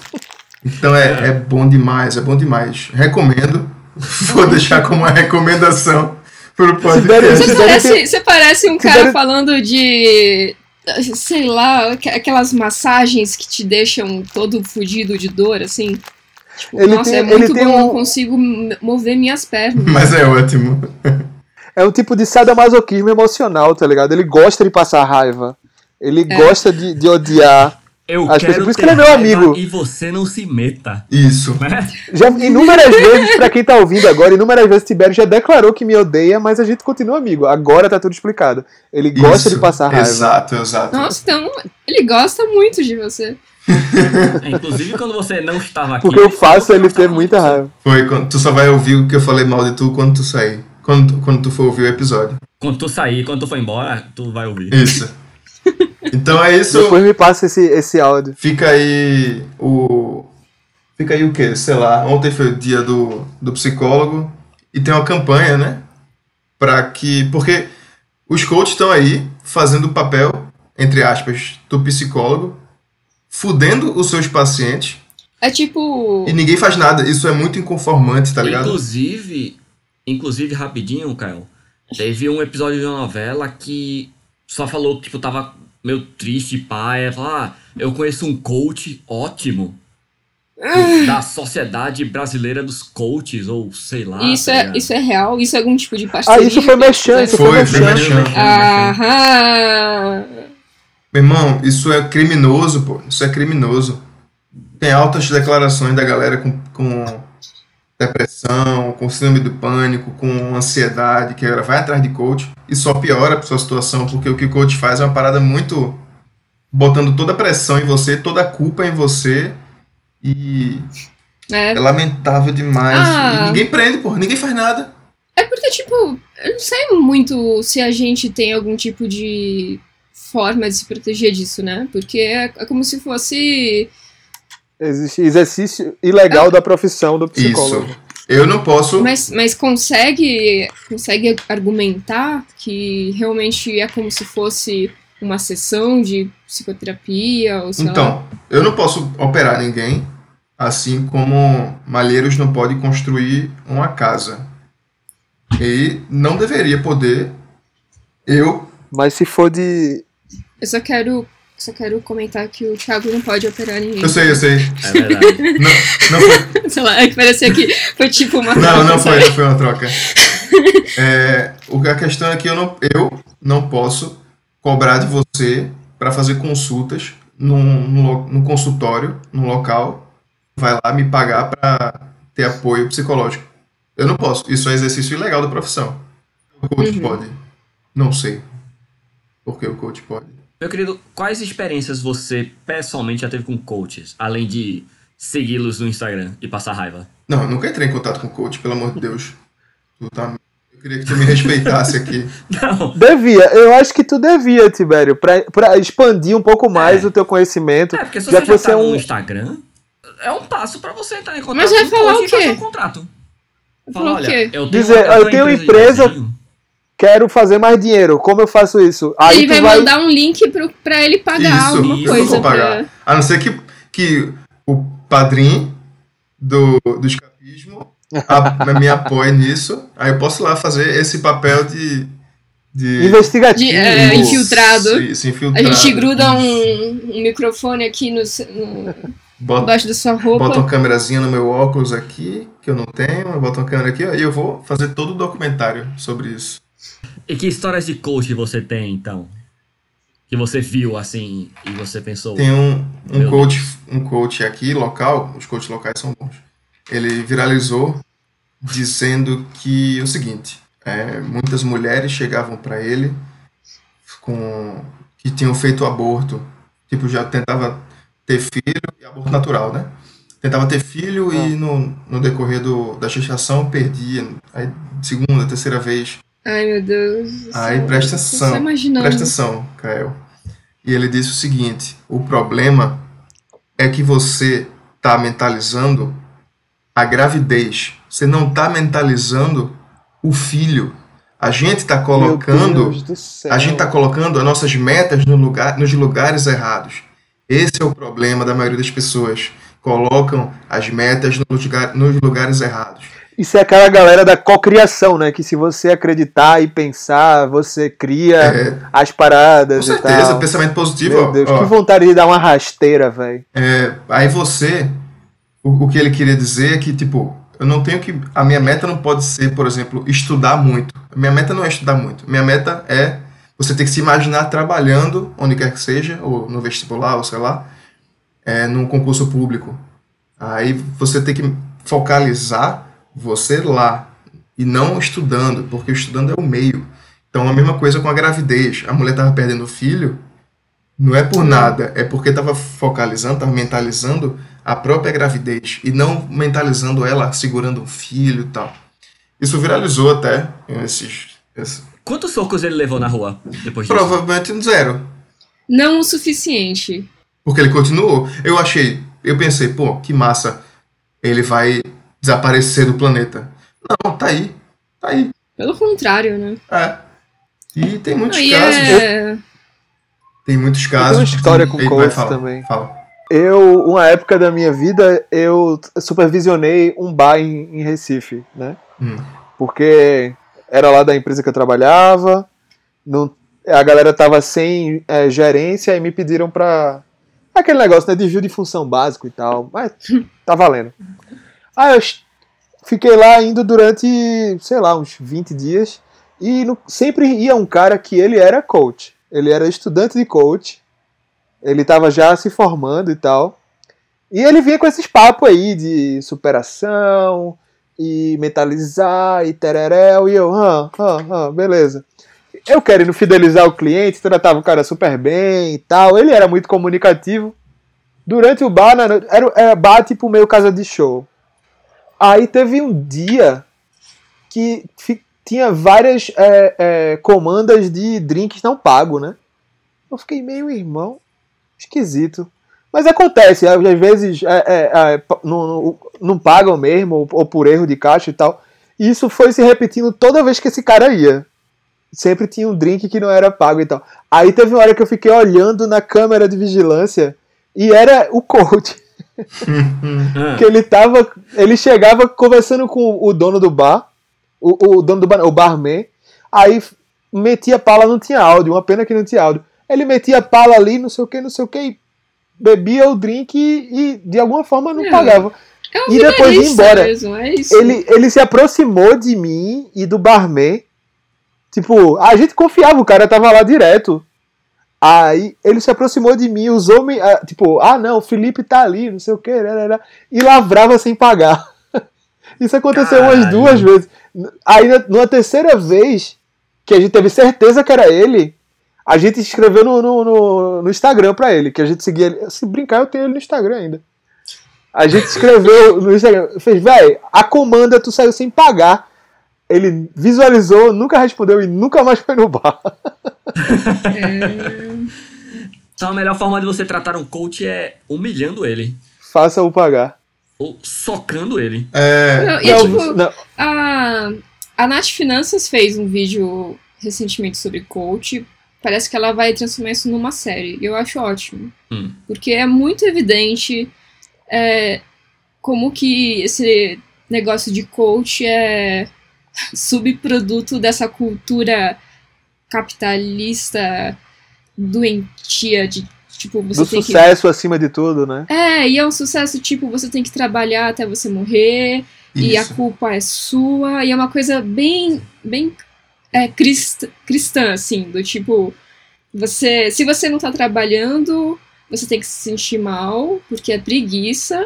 C: Então é, é bom demais, é bom demais. Recomendo. Vou deixar como uma recomendação pro
B: você,
C: podcast.
B: parece, você parece um cara
D: Tibério-
B: falando de. Sei lá, aqu- aquelas massagens que te deixam todo fudido de dor, assim. Tipo,
D: Ele
B: nossa,
D: tem-
B: é
D: ele
B: muito
D: tem
B: bom,
D: um-
B: eu consigo m- mover minhas pernas.
C: Mas é ótimo.
D: É um tipo de sadomasoquismo emocional, tá ligado? Ele gosta de passar raiva. Ele
B: É.
D: gosta de, de odiar.
A: Eu
D: As pessoas-
A: quero
D: por isso
A: ter
D: que ele é meu
A: raiva
D: amigo.
A: e você não se meta.
C: Isso.
A: Né?
D: Já inúmeras vezes, pra quem tá ouvindo agora, inúmeras vezes Tibério já declarou que me odeia, mas a gente continua amigo. Agora tá tudo explicado. Ele gosta
C: Isso.
D: de passar raiva.
C: Exato, exato.
B: Nossa, então ele gosta muito de você.
A: É, inclusive quando você não estava aqui.
D: Porque eu
A: ele falou
D: faço
A: que
D: ele
A: gostava
D: ter
A: muito
D: muita
A: de você.
D: raiva.
C: Foi quando tu só vai ouvir o que eu falei mal de tu quando tu sair. Quando, tu- quando tu for ouvir o episódio.
A: Quando tu sair, quando tu for embora, tu vai ouvir.
C: Isso. Então é isso.
D: Depois me passa esse, esse áudio.
C: Fica aí o. Fica aí o quê? Sei lá. Ontem foi o dia do, do psicólogo. E tem uma campanha, né? Pra que. Porque os coaches estão aí fazendo o papel, entre aspas, do psicólogo, fudendo os seus pacientes.
B: É tipo.
C: E ninguém faz nada. Isso é muito inconformante, tá ligado?
A: Inclusive, inclusive, rapidinho, Caio, teve um episódio de uma novela que só falou que, tipo, tava meio triste, pai. Falou, ah, eu conheço um coach ótimo da Sociedade Brasileira dos Coaches, ou sei lá.
B: Isso
A: tá
B: é,
A: ligado?
B: isso é real? Isso é algum tipo de
D: Ah,
B: parceria?
D: isso foi mexendo, isso foi
C: Foi, foi
D: mexendo.
C: mexendo.
B: Aham.
C: Meu irmão, isso é criminoso, pô. Isso é criminoso. Tem altas declarações da galera com, com depressão, com síndrome do pânico, com ansiedade, que ela vai atrás de coach e só piora a sua situação, porque o que o coach faz é uma parada muito botando toda a pressão em você, toda a culpa em você e
B: É.
C: é lamentável demais.
B: Ah.
C: E ninguém prende, pô. Ninguém faz nada.
B: É porque, tipo, eu não sei muito se a gente tem algum tipo de forma de se proteger disso, né? Porque é, é como se fosse.
D: Existe exercício ilegal da profissão do psicólogo.
C: Isso. Eu não posso...
B: Mas, mas consegue, consegue argumentar que realmente é como se fosse uma sessão de psicoterapia ou sei lá.
C: Então, eu não posso operar ninguém, assim como Malheiros não pode construir uma casa. E não deveria poder eu...
D: Mas se for de.
B: Eu só quero, só quero comentar que o Thiago não pode operar ninguém.
C: Eu sei, eu sei.
A: É verdade.
C: Não, não foi,
B: Sei lá, é que parecia que foi tipo uma
C: não,
B: troca,
C: não foi,
B: sabe?
C: não foi uma troca. É, o- a questão é que eu não, eu não posso cobrar de você para fazer consultas num, num, lo- num consultório, num local, vai lá me pagar pra ter apoio psicológico. Eu não posso. Isso é exercício ilegal da profissão. O coach
B: Uhum.
C: pode. Não sei. Por que o coach pode?
A: Meu querido, quais experiências você pessoalmente já teve com coaches, além de segui-los no Instagram e passar raiva?
C: Não, eu nunca entrei em contato com o coach, pelo amor de Deus. Tu tá... Eu queria que tu me respeitasse aqui.
A: Não.
D: Devia, eu acho que tu devia, Tibério, pra, pra expandir um pouco mais
A: É.
D: o teu conhecimento.
A: É, porque se
D: já
A: você
D: que
A: já
D: você
A: tá
D: é um.
A: no Instagram, é um passo pra você entrar em contato
B: Mas vai
A: com o
B: falar
A: coach
B: o
A: e fazer
B: quê?
A: um contrato.
B: Vai
A: Fala,
B: falar o
A: olha,
B: quê?
A: eu tenho,
D: Dizer,
A: uma,
D: eu tenho
A: uma
D: empresa-
A: de desenho.
D: Quero fazer mais dinheiro, como eu faço isso? Aí
B: Ele
D: tu
B: vai,
D: vai.
B: mandar um link pro, pra ele pagar
C: Isso,
B: alguma
A: isso,
C: eu não
B: coisa.
C: vou pagar.
B: Pra...
C: A não ser que, que o padrinho do, do escapismo a, me apoie nisso. Aí eu posso lá fazer esse papel de... de
D: Investigativo.
B: De, é,
C: Isso,
B: infiltrado.
C: Isso,
B: A
C: infiltrado.
B: gente gruda
C: Isso.
B: um, um microfone aqui no, no,
C: Bota,
B: embaixo da sua roupa.
C: bota uma câmerazinha no meu óculos aqui, que eu não tenho. Eu boto uma câmera aqui, ó, e eu vou fazer todo o documentário sobre isso.
A: E que histórias de coach você tem, então? Que você viu, assim, e você pensou...
C: Tem um, um,
A: Meu
C: coach, um coach aqui, local, os coaches locais são bons. Ele viralizou dizendo que o seguinte, é, muitas mulheres chegavam para ele com que tinham feito aborto, tipo, já tentava ter filho, e aborto natural, né? Tentava ter filho e no, no decorrer do, da gestação perdia, aí segunda, terceira vez.
B: Ai, meu Deus. do
C: Aí
B: céu.
C: presta
B: Tô só
C: atenção,
B: imaginando.
C: presta atenção, Kael. E ele disse o seguinte: o problema é que você está mentalizando a gravidez, você não está mentalizando o filho. A gente está colocando,
D: Meu Deus do céu.
C: a gente está colocando as nossas metas no lugar, nos lugares errados. Esse é o problema da maioria das pessoas. Colocam as metas no lugar, nos lugares errados.
D: Isso é aquela galera da cocriação, né? Que se você acreditar e pensar, você cria
C: É,
D: as paradas
C: com
D: e
C: certeza,
D: tal.
C: pensamento positivo.
D: Meu
C: ó,
D: Deus,
C: ó.
D: que vontade de dar uma rasteira, velho.
C: É, aí você, o, o que ele queria dizer é que, tipo, eu não tenho que. A minha meta não pode ser, por exemplo, estudar muito. Minha meta não é estudar muito. Minha meta é você ter que se imaginar trabalhando, onde quer que seja, ou no vestibular, ou sei lá, é, num concurso público. Aí você tem que focalizar você lá e não estudando, porque estudando é o meio. Então a mesma coisa com a gravidez. A mulher estava perdendo o filho, não é por nada, é porque estava focalizando, estava mentalizando a própria gravidez e não mentalizando ela segurando um filho e tal. Isso viralizou até esses, esses
A: Quantos socos ele levou na rua depois disso?
C: provavelmente um zero,
B: Não o suficiente.
C: porque ele continuou. Eu achei, eu pensei, pô, que massa, ele vai desaparecer do planeta. Não, tá aí, tá aí.
B: Pelo contrário, né?
C: É. E tem muitos
B: Aí
C: casos.
B: é...
C: Tem muitos
D: tenho
C: casos.
D: uma história com
C: Ele vai
D: coach
C: falar,
D: também.
C: Fala.
D: Eu, uma época da minha vida, eu supervisionei um bar em, em Recife, né?
C: Hum.
D: Porque era lá da empresa que eu trabalhava, não, a galera tava sem é, gerência e me pediram pra... Aquele negócio, né? Desvio de função básico e tal, mas tá valendo. Aí eu fiquei lá indo durante, sei lá, uns vinte dias e no, sempre ia um cara que ele era coach. Ele era estudante de coach, ele estava já se formando e tal. E ele vinha com esses papos aí de superação e mentalizar e tereréu. E eu, ah, ah, ah, beleza. Eu querendo fidelizar o cliente, tratava o cara super bem e tal. Ele era muito comunicativo. Durante o bar, era, era bar tipo meio casa de show. Aí teve um dia que fi, tinha várias é, é, comandas de drinks não pago, né? Eu fiquei meio, irmão, esquisito. Mas acontece, às vezes é, é, é, não, não, não pagam mesmo, ou, ou por erro de caixa e tal. E isso foi se repetindo toda vez que esse cara ia. Sempre tinha um drink que não era pago e tal. Aí teve uma hora que eu fiquei olhando na câmera de vigilância e era o coach.
A: Ah,
D: Que ele tava. Ele chegava conversando com o dono do bar, o, o dono do bar, o barman, aí metia pala, não tinha áudio, uma pena que não tinha áudio. Ele metia pala ali, não sei o que, não sei o que, bebia o drink e, e de alguma forma não
B: É.
D: pagava.
B: É um
D: E depois de ir
B: vigarista
D: embora.
B: mesmo, é isso.
D: Ele, ele se aproximou de mim e do barman. Tipo, a gente confiava, o cara tava lá direto. Aí ele se aproximou de mim, usou me, ah, tipo, ah não, o Felipe tá ali, não sei o que, e lavrava sem pagar. Isso aconteceu
A: Caralho.
D: umas duas vezes. Aí numa terceira vez, que a gente teve certeza que era ele, a gente escreveu no, no, no, no Instagram pra ele, que a gente seguia ele. Se brincar, eu tenho ele no Instagram ainda. A gente escreveu no Instagram, fez, velho, a comanda tu saiu sem pagar. Ele visualizou, nunca respondeu e nunca mais foi no bar.
B: É...
A: Então a melhor forma de você tratar um coach é humilhando ele.
D: Faça-o pagar.
A: Ou socando ele.
C: É,
B: Não, e
D: Não,
B: tipo,
D: não.
B: a, a Nath Finanças fez um vídeo recentemente sobre coach. Parece que ela vai transformar isso numa série. E eu acho ótimo.
A: Hum.
B: Porque é muito evidente é, como que esse negócio de coach é subproduto dessa cultura capitalista doentia de, tipo, você
D: Do
B: tem
D: sucesso acima de tudo, né?
B: que... É, e é um sucesso, tipo, você tem que trabalhar até você morrer, e a
C: isso.
B: culpa é sua, e é uma coisa bem, bem é, crist, cristã, assim, do tipo, você, se você não tá trabalhando, você tem que se sentir mal, porque é preguiça,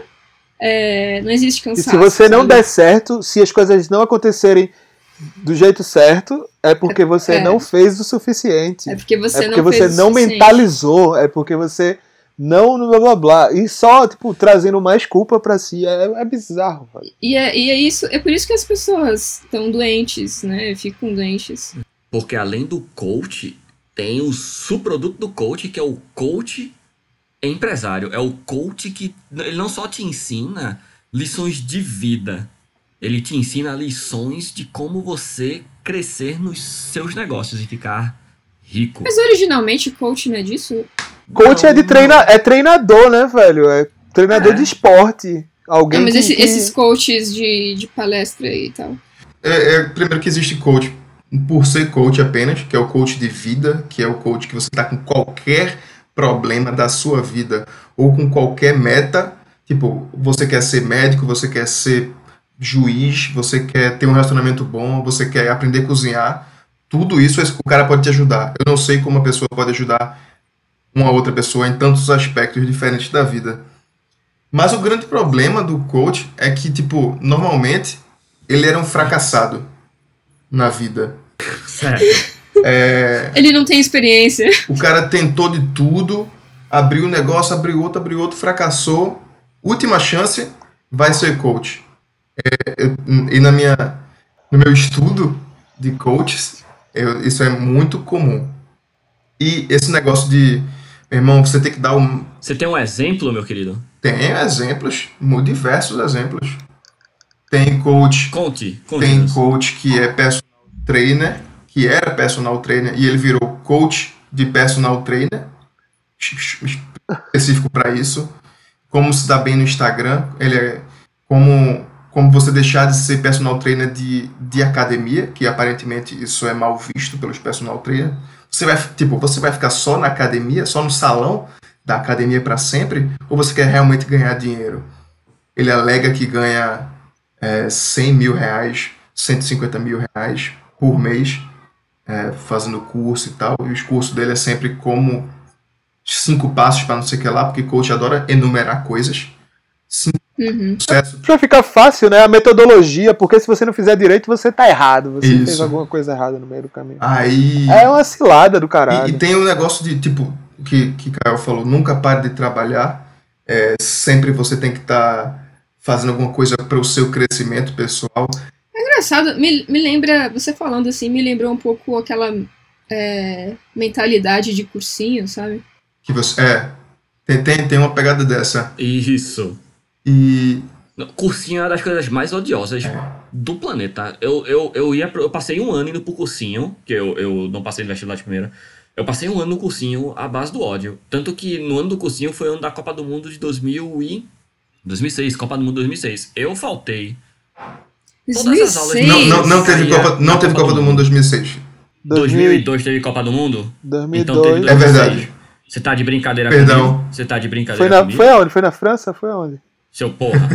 B: é, não existe
D: E
B: cansaço.
D: se você não
B: sabe?
D: der certo, se as coisas não acontecerem do jeito certo, é porque você
B: É.
D: não fez o suficiente.
B: É porque você
D: é porque
B: não
D: você
B: fez o
D: não
B: suficiente.
D: mentalizou, é porque você não blá blá blá. E só, tipo, trazendo mais culpa pra si. É, é bizarro, velho.
B: E é, e é isso, é por isso que as pessoas estão doentes, né? Ficam doentes.
A: Porque além do coach, tem o subproduto do coach, que é o coach empresário. É o coach que ele não só te ensina lições de vida, ele te ensina lições de como você crescer nos seus negócios e ficar rico.
B: Mas originalmente coach não é disso?
D: Coach
A: Não,
D: é de treina, é treinador, né, velho? É treinador
A: É.
D: de esporte. Alguém
B: Não, mas
D: que,
B: esse-
D: que-
B: esses coaches de, de palestra e tal.
C: É, é, primeiro que existe coach por ser coach apenas, que é o coach de vida, que é o coach que você está com qualquer problema da sua vida ou com qualquer meta. Tipo, você quer ser médico, você quer ser juiz, você quer ter um relacionamento bom, você quer aprender a cozinhar. Tudo isso o cara pode te ajudar. Eu não sei como uma pessoa pode ajudar uma outra pessoa em tantos aspectos diferentes da vida. Mas o grande problema do coach é que, tipo, normalmente ele era um fracassado na vida.
A: Certo.
B: Ele não tem experiência.
C: O cara tentou de tudo, abriu um negócio, abriu outro, abriu outro, fracassou. Última chance, vai ser coach. É, eu- e na minha, no meu estudo de coaches, eu- isso é muito comum. E esse negócio de, meu irmão, você tem que dar um...
A: Você tem um exemplo, meu querido?
C: Tem exemplos, mu- diversos exemplos. Tem coach,
A: Conte,
C: tem
A: conte-nos.
C: coach que é personal trainer, que era personal trainer e ele virou coach de personal trainer, específico para isso. Como se dar bem no Instagram, ele é como, como você deixar de ser personal trainer de, de academia, que aparentemente isso é mal visto pelos personal trainers. Você vai, tipo, você vai ficar só na academia, só no salão da academia para sempre, ou você quer realmente ganhar dinheiro? Ele alega que ganha é, cem mil reais, cento e cinquenta mil reais por mês, é, fazendo curso e tal, e os cursos dele é sempre como cinco passos para não sei o que lá, porque coach adora enumerar coisas. Cinco
B: Uhum.
C: processos.
D: Pra ficar fácil, né? A metodologia, porque se você não fizer direito, você tá errado. Você
C: Isso.
D: fez alguma coisa errada no meio do caminho.
C: Aí.
D: É uma cilada do
C: E,
D: caralho.
C: e tem um negócio de, tipo, que, que Caio falou, nunca pare de trabalhar. É, sempre você tem que estar fazendo alguma coisa para o seu crescimento pessoal.
B: Engraçado, me, me lembra, você falando assim, me lembrou um pouco aquela é, mentalidade de cursinho, sabe?
C: Que você. É. Tem, tem, tem uma pegada dessa.
A: Isso.
C: E.
A: Não, cursinho é uma das coisas mais odiosas do planeta. Eu, eu, eu, ia pro- eu passei um ano indo pro cursinho, que eu, eu não passei no vestibular de primeira. Eu passei um ano no cursinho à base do ódio. Tanto que no ano do cursinho foi o ano da Copa do Mundo de dois mil e... dois mil e seis, Copa do Mundo dois mil e seis. Eu faltei. Todas as aulas de-
C: Não, não, não teve
A: Caía
C: Copa, não
A: na
C: teve Copa do Mundo dois mil e seis.
A: dois mil e dois teve Copa do Mundo?
D: dois mil e
A: Então teve
D: dois.
C: É
A: dois mil e seis.
C: verdade.
A: Você tá de brincadeira
C: Perdão.
A: comigo? Você tá de
D: Foi,
A: brincadeira
D: na,
A: comigo?
D: foi aonde? Foi na França? Foi aonde?
A: Seu porra.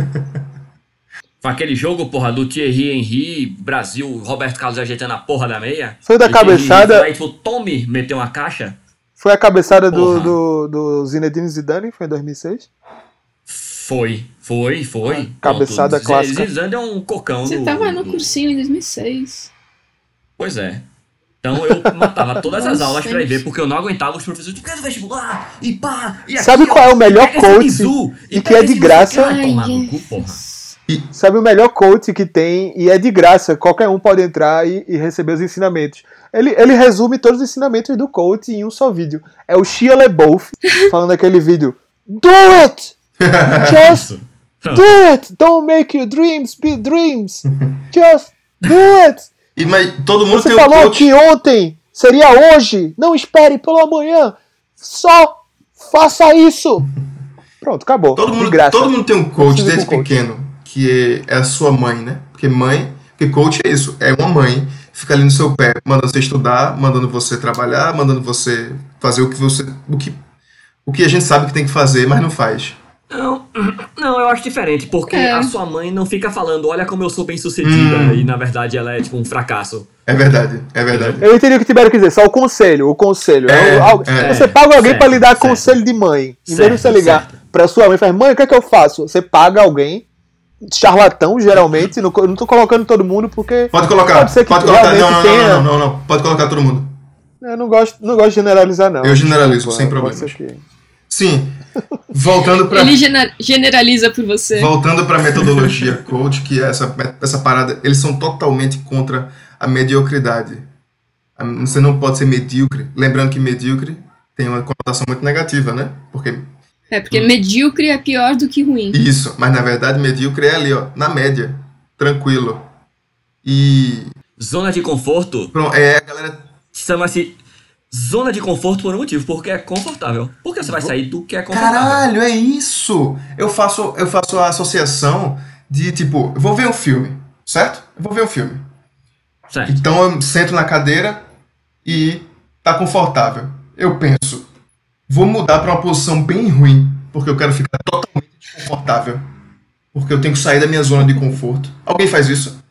A: Foi aquele jogo, porra, do Thierry Henry, Brasil, Roberto Carlos ajeitando a porra da meia.
D: Foi da
A: E Thierry Henry
D: cabeçada-
A: foi lá e tipo, tome, meteu uma caixa.
D: Foi a cabeçada do,
A: Porra.
D: do, do Zinedine Zidane, foi em dois mil e seis?
A: Foi, foi, foi.
D: Ah, cabeçada
A: Pronto,
D: clássica.
A: Zidane é um cocão.
B: Você
A: do-
B: tava no
A: do-
B: cursinho em dois mil e seis.
A: Pois é. Então eu matava todas as
B: Nossa,
A: aulas pra ir ver,
B: gente.
A: porque eu não aguentava os professores de do vestibular, e pá, e aqui,
D: Sabe qual é o melhor
A: pega esse
D: coach
A: bizu,
D: e que
A: pega
D: é de
A: esse
D: graça?
A: Ai, tomar no cu, porra.
D: Sabe o melhor coach que tem e é de graça, qualquer um pode entrar e, e receber os ensinamentos. Ele, ele resume todos os ensinamentos do coach em um só vídeo. É o Shia LaBeouf falando naquele vídeo: Do it! Just
A: Isso.
D: do it! Don't make your dreams be dreams! Just do it!
C: E, mas todo mundo
D: Você
C: tem um
D: falou
C: coach.
D: que ontem seria hoje. Não espere pelo amanhã. Só faça isso. Pronto, acabou.
C: Todo
D: de
C: mundo,
D: graça.
C: todo mundo tem um coach
D: Precisa
C: desde
D: de um coach.
C: pequeno, que é, é a sua mãe, né? Porque mãe, porque coach é isso, é uma mãe, fica ali no seu pé, mandando você estudar, mandando você trabalhar, mandando você fazer o que você, o que, o que a gente sabe que tem que fazer, mas não faz.
A: Não, não, eu acho diferente, porque
B: É.
A: a sua mãe não fica falando, olha como eu sou bem sucedida,
C: Hum.
A: e na verdade ela é tipo um fracasso.
C: É verdade, é verdade.
D: Eu entendi o que o Tibério quis dizer, só o conselho, o conselho.
C: É,
D: É o-
C: é.
D: você paga alguém
A: Certo,
D: pra lhe dar
A: certo.
D: conselho de mãe. Em vez de você
A: Certo,
D: ligar
A: certo.
D: pra sua mãe e falar: mãe, o que é que eu faço? Você paga alguém, charlatão geralmente, não, co- não tô colocando todo mundo porque
C: Pode colocar,
D: Pode ser
C: pode,
D: que
C: colocar,
D: realmente
C: não, não,
D: tenha.
C: não, não, não, não, pode colocar todo mundo.
D: eu não gosto, não gosto de generalizar, não.
C: Eu generalizo, sem
D: pode
C: problemas.
D: ser que-
C: Sim, voltando pra...
B: Ele gena- generaliza por você.
C: Voltando para a metodologia coach, que é essa, essa parada, eles são totalmente contra a mediocridade. A- Você não pode ser medíocre. Lembrando que medíocre tem uma conotação muito negativa, né? Porque
B: É, porque medíocre é pior do que ruim.
C: isso, mas na verdade medíocre é ali, ó, na média, tranquilo. E
A: Zona de conforto
C: pronto, é a galera.
A: chama-se zona de conforto por um motivo, porque é confortável. Porque você vai sair do que é confortável.
C: Caralho, é isso! Eu faço, eu faço a associação de tipo, eu vou ver um filme, certo? Eu vou ver um filme.
A: Certo.
C: Então eu sento na cadeira e tá confortável. Eu penso, vou mudar para uma posição bem ruim, porque eu quero ficar totalmente desconfortável. Porque eu tenho que sair da minha zona de conforto. Alguém faz isso?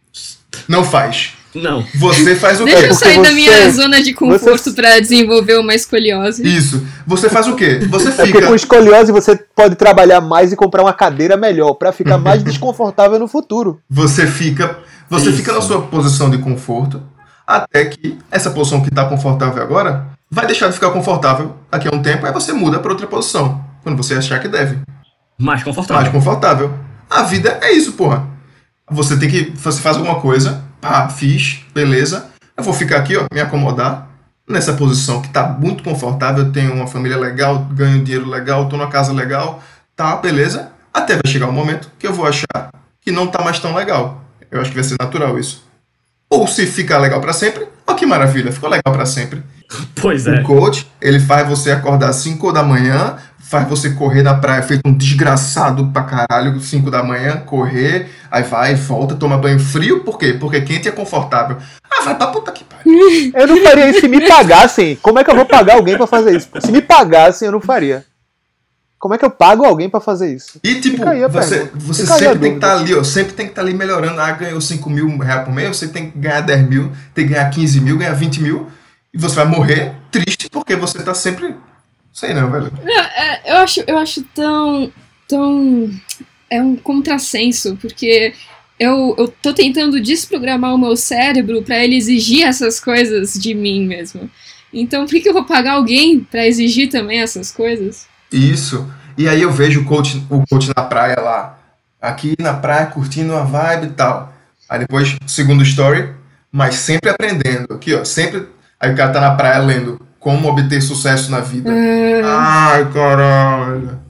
C: Não faz.
A: Não.
C: Você faz o
B: Deixa
C: quê?
B: eu
D: porque
B: sair da
D: você-
B: minha zona de conforto
D: você-
B: pra desenvolver uma escoliose.
C: Isso. Você faz o quê? Você
D: É porque
C: fica.
D: com escoliose você pode trabalhar mais e comprar uma cadeira melhor pra ficar mais desconfortável no futuro.
C: Você fica. Você
A: Isso.
C: fica na sua posição de conforto. Até que essa posição que tá confortável agora vai deixar de ficar confortável daqui a um tempo. Aí você muda para outra posição. Quando você achar que deve.
A: Mais confortável.
C: Mais confortável. A vida é isso, porra. Você tem que. Você faz alguma coisa, pá, fiz, beleza. Eu vou ficar aqui, ó, me acomodar nessa posição que tá muito confortável. Eu tenho uma família legal, ganho dinheiro legal, tô numa casa legal, tá, beleza. Até vai chegar um momento que eu vou achar que não tá mais tão legal. Eu acho que vai ser natural isso. Ou se ficar legal pra sempre, ó que maravilha, ficou legal pra sempre.
A: Pois é.
C: O coach, ele faz você acordar às cinco da manhã, faz você correr na praia feito um desgraçado pra caralho, cinco da manhã, correr, aí vai, volta, toma banho frio, por quê? Porque quente é confortável. Ah, vai pra puta que pariu.
D: Eu não faria isso se me pagassem. Como é que eu vou pagar alguém pra fazer isso? Se me pagassem, eu não faria. Como é que eu pago alguém pra fazer isso?
C: E tipo,
D: Fica aí a
C: você,
D: pergunta.
C: você
D: Fica aí a
C: sempre tem que
D: dúvida.
C: estar ali, ó, sempre tem que estar ali melhorando. Ah, ganhou cinco mil reais por mês, você tem que ganhar dez mil, tem que ganhar quinze mil, ganhar vinte mil, e você vai morrer triste porque você tá sempre. Sei não, velho.
B: Não, é, eu, acho, eu acho tão, tão. É um contrassenso, porque eu, eu tô tentando desprogramar o meu cérebro pra ele exigir essas coisas de mim mesmo. Então por que, que eu vou pagar alguém pra exigir também essas coisas?
C: Isso. E aí eu vejo o coach, o coach na praia lá. Aqui na praia, curtindo a vibe e tal. Aí depois, segundo story, mas sempre aprendendo. Aqui, ó, sempre. Aí o cara tá na praia lendo como obter sucesso na vida.
B: Ah,
C: Ai, caralho.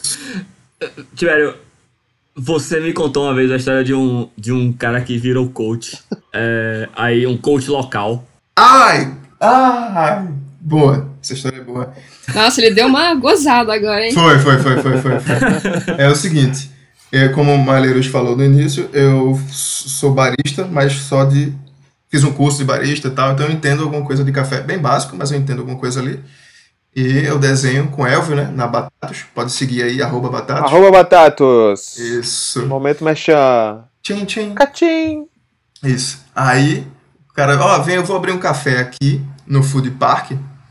A: Tiveram, você me contou uma vez a história de um, de um cara que virou coach. É, aí um coach local.
C: Ai, ai. Boa. Essa história é boa.
B: nossa, ele deu uma gozada agora, hein?
C: Foi, foi, foi, foi, foi. foi. É o seguinte. É, como o Malheiros falou no início, eu s- sou barista, mas só de... Fiz um curso de barista e tal, então eu entendo alguma coisa de café bem básico, mas eu entendo alguma coisa ali. E eu desenho com Elvio, né, na Batatos. Pode seguir aí, arroba Batatos.
D: Arroba Batatos.
C: Isso.
D: Momento mexer.
C: Tchim, tchim.
D: Catim.
C: Isso. Aí, o cara, ó, vem, eu vou abrir um café aqui no Food Park.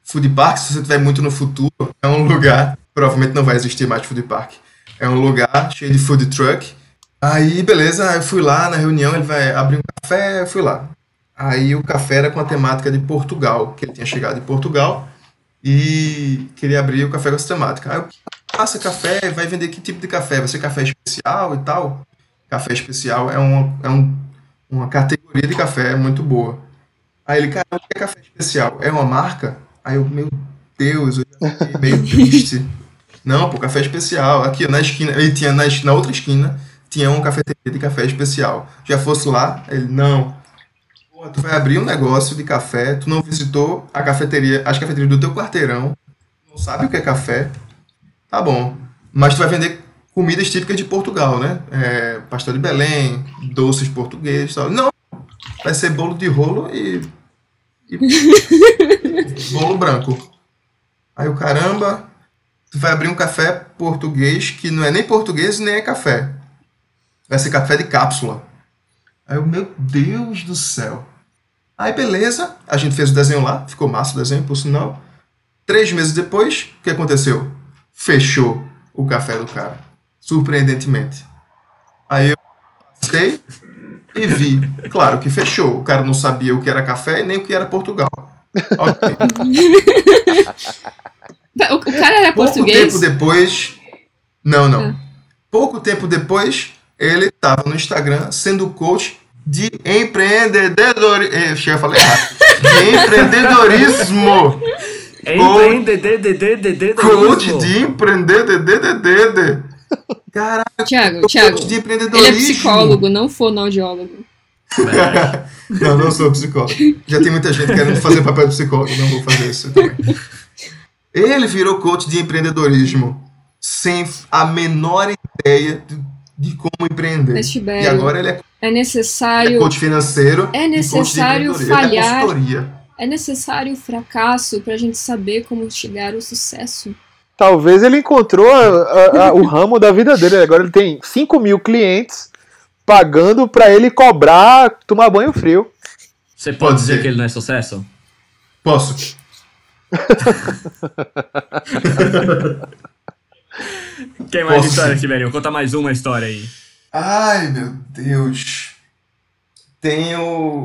C: Food Park, se você estiver muito no futuro, é um lugar, provavelmente não vai existir mais Food Park. É um lugar cheio de food truck. Aí, beleza, eu fui lá na reunião, ele vai abrir um café, eu fui lá. Aí o café era com a temática de Portugal, que ele tinha chegado de Portugal e queria abrir o café com essa temática. Aí eu, passa café, vai vender que tipo de café? Vai ser café especial e tal? Café especial é, uma, é um, uma categoria de café muito boa. Aí ele, cara, o que é café especial? É uma marca? Aí eu, meu Deus, eu já fiquei meio triste. Não, pô, café especial. Aqui na esquina, ele tinha na, na outra esquina, tinha uma cafeteria de café especial. Já fosse lá? Ele, não. Pô, tu vai abrir um negócio de café, tu não visitou a cafeteria, as cafeterias do teu quarteirão, não sabe o que é café. Tá bom. Mas tu vai vender comidas típicas de Portugal, né? É, pastel de Belém, doces portugueses e tal. Não, vai ser bolo de rolo e, e bolo branco. Aí o caramba, tu vai abrir um café português que não é nem português nem é café. Vai ser café de cápsula. Aí eu, meu Deus do céu. Aí beleza, a gente fez o desenho lá, ficou massa o desenho, por sinal. Três meses depois, o que aconteceu? Fechou o café do cara. Surpreendentemente. Aí eu passei e vi. Claro que fechou. O cara não sabia o que era café e nem o que era Portugal. Ok.
B: O, o cara era
C: Pouco
B: português?
C: tempo depois... Não, não.
B: Ah.
C: Pouco tempo depois, ele estava no Instagram sendo coach de empreendedorismo. Eu já falei errado. De empreendedorismo. Coach de empreendedorismo. Caralho,
B: Tiago, Tiago,
C: coach de
B: ele
C: empreendedorismo.
B: é psicólogo, não fonoaudiólogo.
C: Não, não sou psicólogo. Já tem muita gente querendo fazer papel de psicólogo, não vou fazer isso também. Ele virou coach de empreendedorismo sem a menor ideia de, de como empreender.
B: Mas, Tibério,
C: e agora ele é,
B: É
C: é
B: necessário,
C: coach financeiro
B: é
C: e coach de
B: necessário
C: empreendedorismo. Ele é
B: falhar,
C: consultoria.
B: é necessário o fracasso pra gente saber como chegar ao sucesso.
D: Talvez ele encontrou a- a- a- o ramo da vida dele. Agora ele tem cinco mil clientes pagando pra ele cobrar tomar banho frio.
A: Você pode,
C: Pode
A: dizer
C: ser.
A: que ele não é sucesso?
C: Posso?
A: Quem mais
C: Posso
A: história,
C: sim.
A: Tibério? Conta mais uma história aí.
C: Ai, meu Deus. Tenho...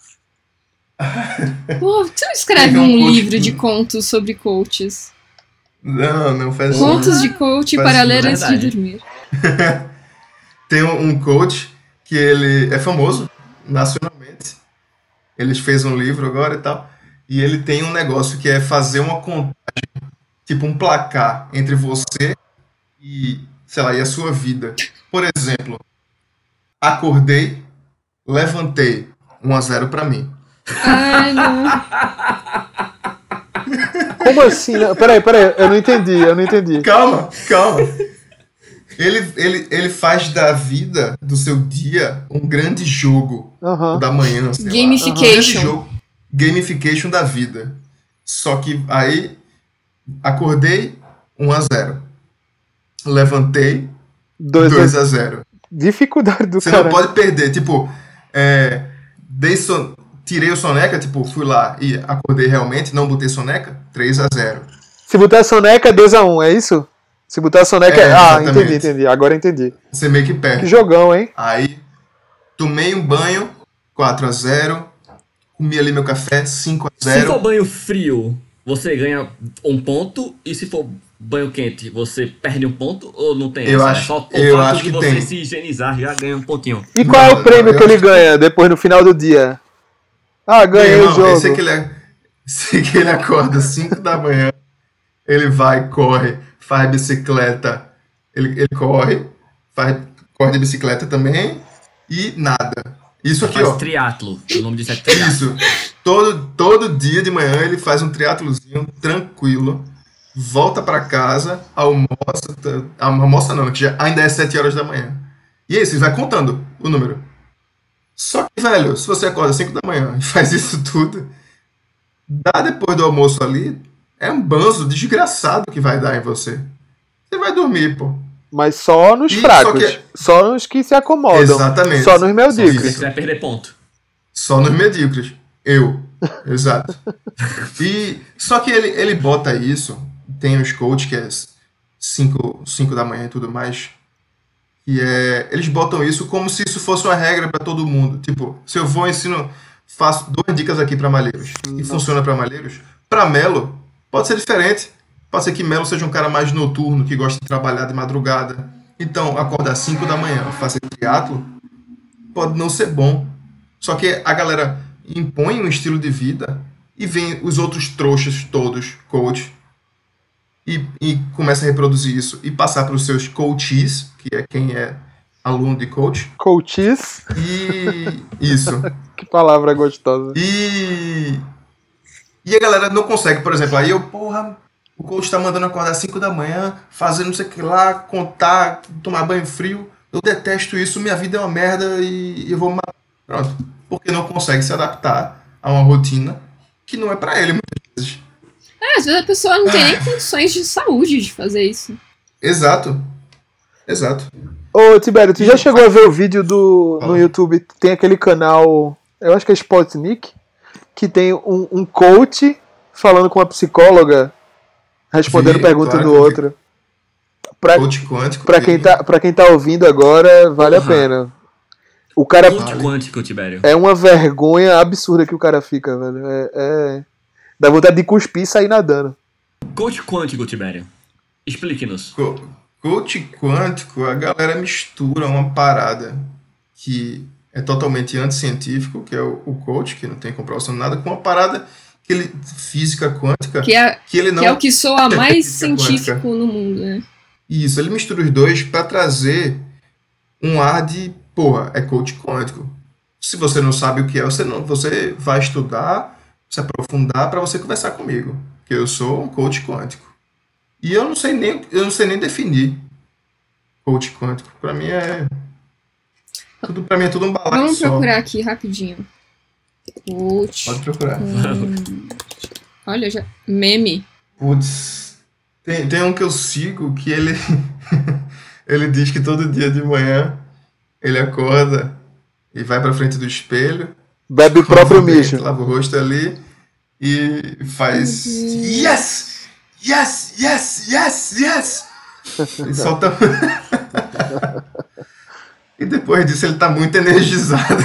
B: Pô, tu não escreve
C: Tem um
B: um
C: coach-
B: livro de contos sobre coaches?
C: Não, não faz
B: Contos de coach
C: Faz
B: para
C: isso,
B: ler antes de
A: verdade.
B: dormir.
C: Tem um um coach que ele é famoso nacionalmente. Ele fez um livro agora e tal. E ele tem um negócio que é fazer uma contagem, tipo um placar entre você e, sei lá, e a sua vida. Por exemplo, acordei, levantei, um a zero pra mim.
B: Ai, não.
D: Como assim? Não, Peraí, peraí, eu não entendi, eu não entendi.
C: Calma, calma. Ele, ele, ele faz da vida, do seu dia, um grande jogo
D: Aham.
C: da manhã, sei lá.
B: Gamification.
C: Um grande jogo. Gamification da vida. Só que aí, acordei, um a zero. Levantei,
D: Dois,
C: dois a zero.
D: Dificuldade do
C: Você
D: cara.
C: não pode perder. Tipo, é, dei son... tirei o soneca, tipo, fui lá e acordei realmente, não botei soneca, três a zero.
D: Se botar a soneca é dois a um, é isso? Se botar a soneca é.
C: É,
D: Ah,
C: exatamente.
D: entendi, entendi. Agora entendi.
C: Você meio que
D: Que
C: perde.
D: jogão, hein?
C: Aí, tomei um banho, quatro a zero. Comi ali meu café, cinco a
A: Se
C: zero.
A: for banho frio, você ganha um ponto. E se for banho quente, você perde um ponto? Ou não tem
C: Eu
A: essa?
C: acho-
A: É só o
C: eu
A: fato
C: acho
A: de
C: que
A: você
C: tem.
A: se higienizar já ganha um pontinho.
D: E qual é
C: Não,
D: o prêmio
C: eu
D: que ele
C: acho-
D: ganha depois no final do dia? Ah, ganhei
C: Meu
D: o
C: irmão,
D: jogo.
C: esse é que ele, é- esse é que ele acorda cinco da manhã, ele vai, corre, faz bicicleta, ele, ele corre, faz, corre de bicicleta também e nada. Isso aqui,
A: Faz
C: ó.
A: triatlo. O nome disso é triatlo.
C: Isso. Todo, todo dia de manhã ele faz um triatlozinho tranquilo, volta pra casa, almoça, tá- almoça não, que já, ainda é sete horas da manhã. E é isso, ele vai contando o número. Só que, velho, se você acorda cinco da manhã e faz isso tudo, dá depois do almoço ali, é um banzo desgraçado que vai dar em você. Você vai dormir, pô.
D: Mas só nos
C: E
D: fracos.
C: só que-
D: Só nos que se acomodam.
C: Exatamente.
D: Só nos
A: Se
D: medíocres.
A: você vai perder ponto.
C: Só nos medíocres. Eu. Exato. E, só que ele, ele bota isso, tem os coaches que é cinco da manhã e tudo mais, e é, eles botam isso como se isso fosse uma regra para todo mundo. Tipo, se eu vou ensino, faço duas dicas aqui para malheiros e funciona para malheiros, para Melo pode ser diferente. Pode ser que Melo seja um cara mais noturno, que gosta de trabalhar de madrugada. Então, acordar às cinco da manhã, fazer triatlo, pode não ser bom. Só que a galera impõe um estilo de vida e vem os outros trouxas todos, coach, e, e começa a reproduzir isso e passar para os seus coaches, que é quem é aluno de coach.
D: Coaches.
C: E isso.
D: Que palavra gostosa.
C: E, e a galera não consegue, por exemplo, aí eu, porra, o coach tá mandando acordar às cinco da manhã, fazer não sei o que lá, contar, tomar banho frio. Eu detesto isso, minha vida é uma merda e eu vou matar. Pronto. Porque não consegue se adaptar a uma rotina que não é pra ele muitas vezes.
B: É, às vezes a pessoa não tem nem condições de saúde de fazer isso.
C: Exato. Exato.
D: Ô, Tibério, tu já chegou a ver o vídeo do, no YouTube? Tem aquele canal, eu acho que é Spotnik, que tem um, um coach falando com uma psicóloga, respondendo
C: Vi,
D: pergunta
C: claro
D: do
C: que vi.
D: outro. Pra,
C: Coach quântico.
D: pra, quem tá, pra quem tá ouvindo agora, vale
A: Uhum.
D: a pena. O cara
A: Coach quântico, Tibério.
D: é uma vergonha absurda que o cara fica, velho. É, é... Dá vontade de cuspir e sair nadando.
A: Coach quântico, Tibério. Explique-nos.
C: Co- Coach quântico, a galera mistura uma parada que é totalmente anticientífico, que é o, o coach, que não tem comprovação de nada, com uma parada que ele, física quântica,
B: Que é,
C: que ele não...
B: que é o que soa mais
C: Física quântica.
B: científico no mundo, né?
C: Isso, ele mistura os dois para trazer um ar de, porra, é coach quântico. Se você não sabe o que é, você, não, você vai estudar, se aprofundar para você conversar comigo, que eu sou um coach quântico. E eu não sei nem, eu não sei nem definir coach quântico. Para mim é tudo, para mim é tudo um balaio
B: Vamos
C: só.
B: procurar aqui rapidinho. Coach.
C: Pode procurar.
B: Hum, olha, já. Meme.
C: Putz, tem, tem um que eu sigo que ele ele diz que todo dia de manhã ele acorda e vai pra frente do espelho,
D: Bebe o próprio
C: lava o dente,
D: mijo.
C: lava o rosto ali e faz yes, yes, yes, yes, yes e solta e depois disso ele tá muito energizado.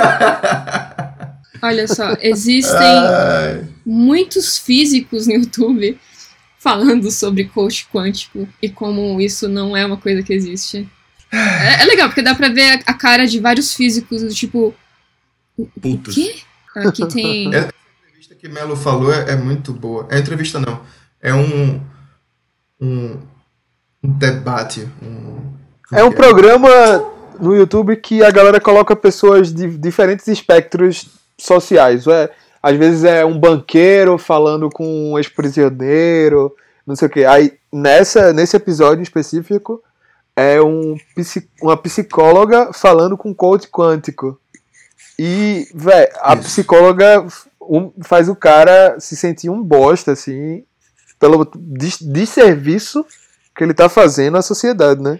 B: Olha só, existem
C: Ai,
B: muitos físicos no YouTube falando sobre coach quântico e como isso não é uma coisa que existe. É, é legal, porque dá pra ver a, a cara de vários físicos, do tipo, o
A: Putos.
B: quê? Aqui tem...
C: É. a entrevista que Melo falou é, é muito boa. É entrevista não, é um um, um debate. Um,
D: É um programa no YouTube que a galera coloca pessoas de diferentes espectros sociais. É, às vezes é um banqueiro falando com um ex-prisioneiro, não sei o quê. Aí, nessa, nesse episódio específico, é um, psi- uma psicóloga falando com um coach quântico. E, velho, a
C: Isso.
D: psicóloga um, faz o cara se sentir um bosta, assim, pelo des- desserviço que ele tá fazendo à sociedade, né?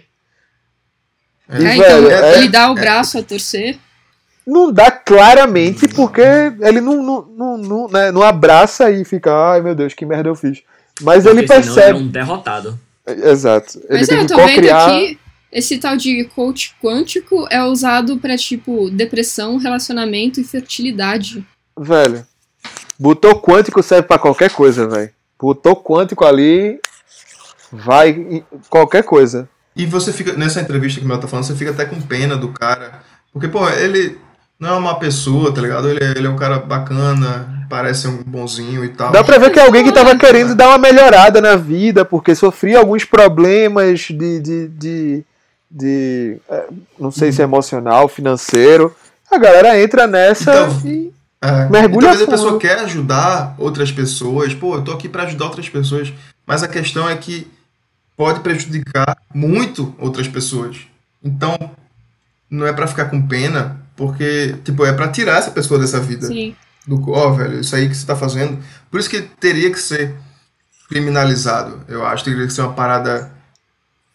C: É.
D: E,
B: É,
D: velho,
B: então,
D: é-
B: ele dá o braço a torcer.
D: Não dá claramente porque ele não, não, não, não, né, não abraça e fica, ai meu Deus, que merda eu fiz. Mas ele
A: Porque senão ele é
D: percebe.
A: um derrotado.
D: Exato. Ele
B: Mas é,
D: tem
B: eu
D: que
B: tô vendo
D: co-criar.
B: aqui, esse tal de coach quântico é usado pra, tipo, depressão, relacionamento e fertilidade.
D: Velho, botou quântico serve pra qualquer coisa, velho. Botou quântico ali, vai em qualquer coisa.
C: E você fica, nessa entrevista que o Mel tá falando, você fica até com pena do cara. Porque, pô, ele não é uma pessoa, tá ligado? Ele, é- ele é um cara bacana, parece um bonzinho e tal.
D: Dá pra ver que é alguém que tava querendo dar uma melhorada na vida, porque sofria alguns problemas de. de, de, de é, não sei se é emocional, financeiro. A galera entra nessa
C: Então,
D: e.
C: É,
D: Mergulha
C: e talvez a
D: fundo.
C: pessoa quer ajudar outras pessoas. Pô, eu tô aqui pra ajudar outras pessoas. Mas a questão é que pode prejudicar muito outras pessoas. Então, não é pra ficar com pena, porque, tipo, é pra tirar essa pessoa dessa vida.
B: Sim.
C: Do, ó, velho, isso aí que você tá fazendo. Por isso que teria que ser criminalizado, eu acho. Teria que ser uma parada.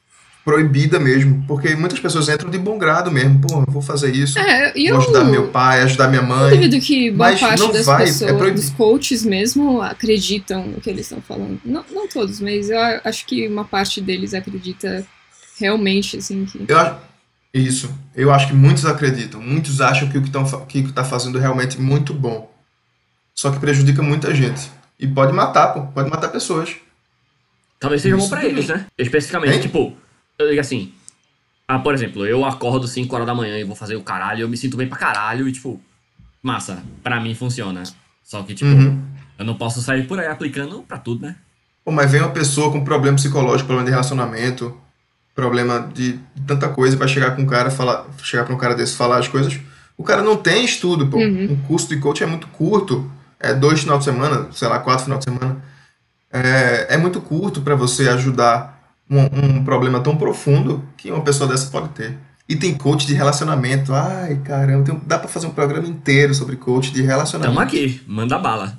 C: proibida mesmo, porque muitas pessoas entram de bom grado mesmo, pô, eu vou fazer isso,
B: É, e
C: vou
B: eu
C: ajudar meu pai, ajudar minha
B: não
C: mãe.
B: duvido que boa
C: mas
B: parte
C: não
B: das
C: vai, é
B: pessoas,
C: proibido.
B: dos coaches mesmo, acreditam no que eles estão falando. Não, não todos, mas eu acho que uma parte deles acredita realmente, assim, que...
C: Eu acho, isso, eu acho que muitos acreditam, muitos acham que o que estão que está fazendo é realmente muito bom, só que prejudica muita gente. E pode matar, pô, pode matar pessoas.
A: Talvez seja bom
C: Isso
A: pra
C: também.
A: eles, né? Especificamente,
C: Hein?
A: tipo, eu digo assim, ah, por exemplo, eu acordo cinco horas da manhã e vou fazer o caralho, eu me sinto bem pra caralho e, tipo, massa, pra mim funciona. Só que, tipo,
C: Uhum.
A: eu não posso sair por aí aplicando pra tudo, né?
C: Pô, mas vem uma pessoa com problema psicológico, problema de relacionamento, problema de, de tanta coisa, vai chegar com um cara, falar, chegar pra um cara desse e falar as coisas. O cara não tem estudo, pô.
B: Uhum.
C: Um curso de coach é muito curto. É dois final de semana, sei lá, quatro final de semana. É, é muito curto pra você ajudar um, um problema tão profundo que uma pessoa dessa pode ter. E tem coach de relacionamento. Ai, caramba, tem- dá pra fazer um programa inteiro sobre coach de relacionamento.
A: Tamo aqui, manda bala.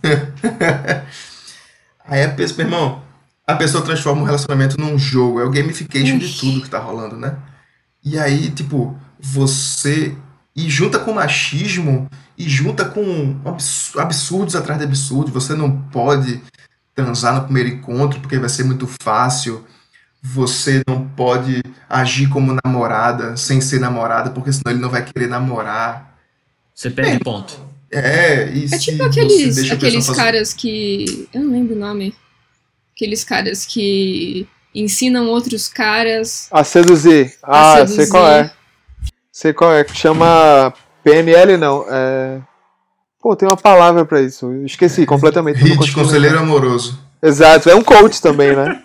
C: Aí a pessoa, meu irmão, a pessoa transforma o relacionamento num jogo, é o gamification de
B: Ui.
C: tudo que tá rolando, né? E aí, tipo, você. E junta com machismo, e junta com abs- absurdos atrás de absurdos. Você não pode transar no primeiro encontro porque vai ser muito fácil. Você não pode agir como namorada sem ser namorada, porque senão ele não vai querer namorar.
A: Você perde ponto.
C: É, e
B: É
C: se
B: tipo
C: você
B: aqueles,
C: deixa a
B: aqueles
C: pessoa fazer.
B: caras que... Eu não lembro o nome. Aqueles caras que ensinam outros caras
D: A seduzir.
B: a
D: Ah,
B: seduzir.
D: sei qual é. Sei qual é. Chama P N L, não. É... Pô, tem uma palavra pra isso. Eu esqueci completamente. não
C: Hit,
D: consigo
C: conselheiro
D: lembrar.
C: amoroso.
D: Exato. É um coach também, né?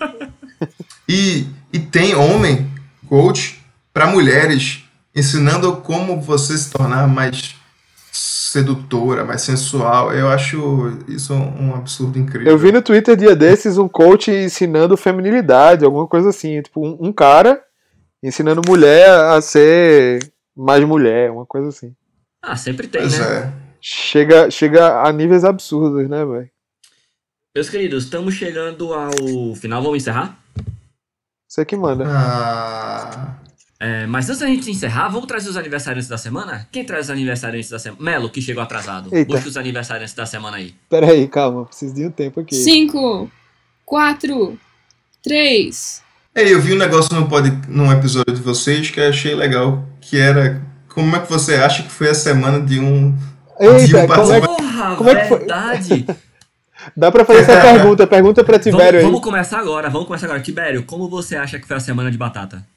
C: E, e tem homem, coach, para mulheres, ensinando como você se tornar mais sedutora, mais sensual. Eu acho isso um absurdo incrível.
D: Eu vi no Twitter dia desses um coach ensinando feminilidade, alguma coisa assim. Tipo, um, um cara ensinando mulher a ser mais mulher, uma coisa assim.
A: Ah, sempre tem,
C: Pois
A: né?
C: é.
D: Chega, chega a níveis absurdos, né, velho?
A: Meus queridos, estamos chegando ao final, vamos encerrar?
D: Você que manda.
C: Ah,
A: É, mas antes da gente encerrar, vamos trazer os aniversariantes da semana? Quem traz os aniversariantes da semana? Melo, que chegou atrasado.
D: Eita.
A: Busca os aniversariantes da semana aí.
D: Pera aí, calma. Preciso de um tempo aqui.
B: Cinco, quatro, três.
C: Ei, eu vi um negócio no pod, num episódio de vocês que eu achei legal, que era como é que você acha que foi a semana de um, de um
D: Eita, como é,
C: participante?
A: Porra,
D: como é que foi?
A: verdade!
D: dá pra fazer essa pergunta. Pergunta pra
A: vamos,
D: Tibério aí.
A: vamos começar agora, vamos começar agora. Tibério, como você acha que foi a semana de batata?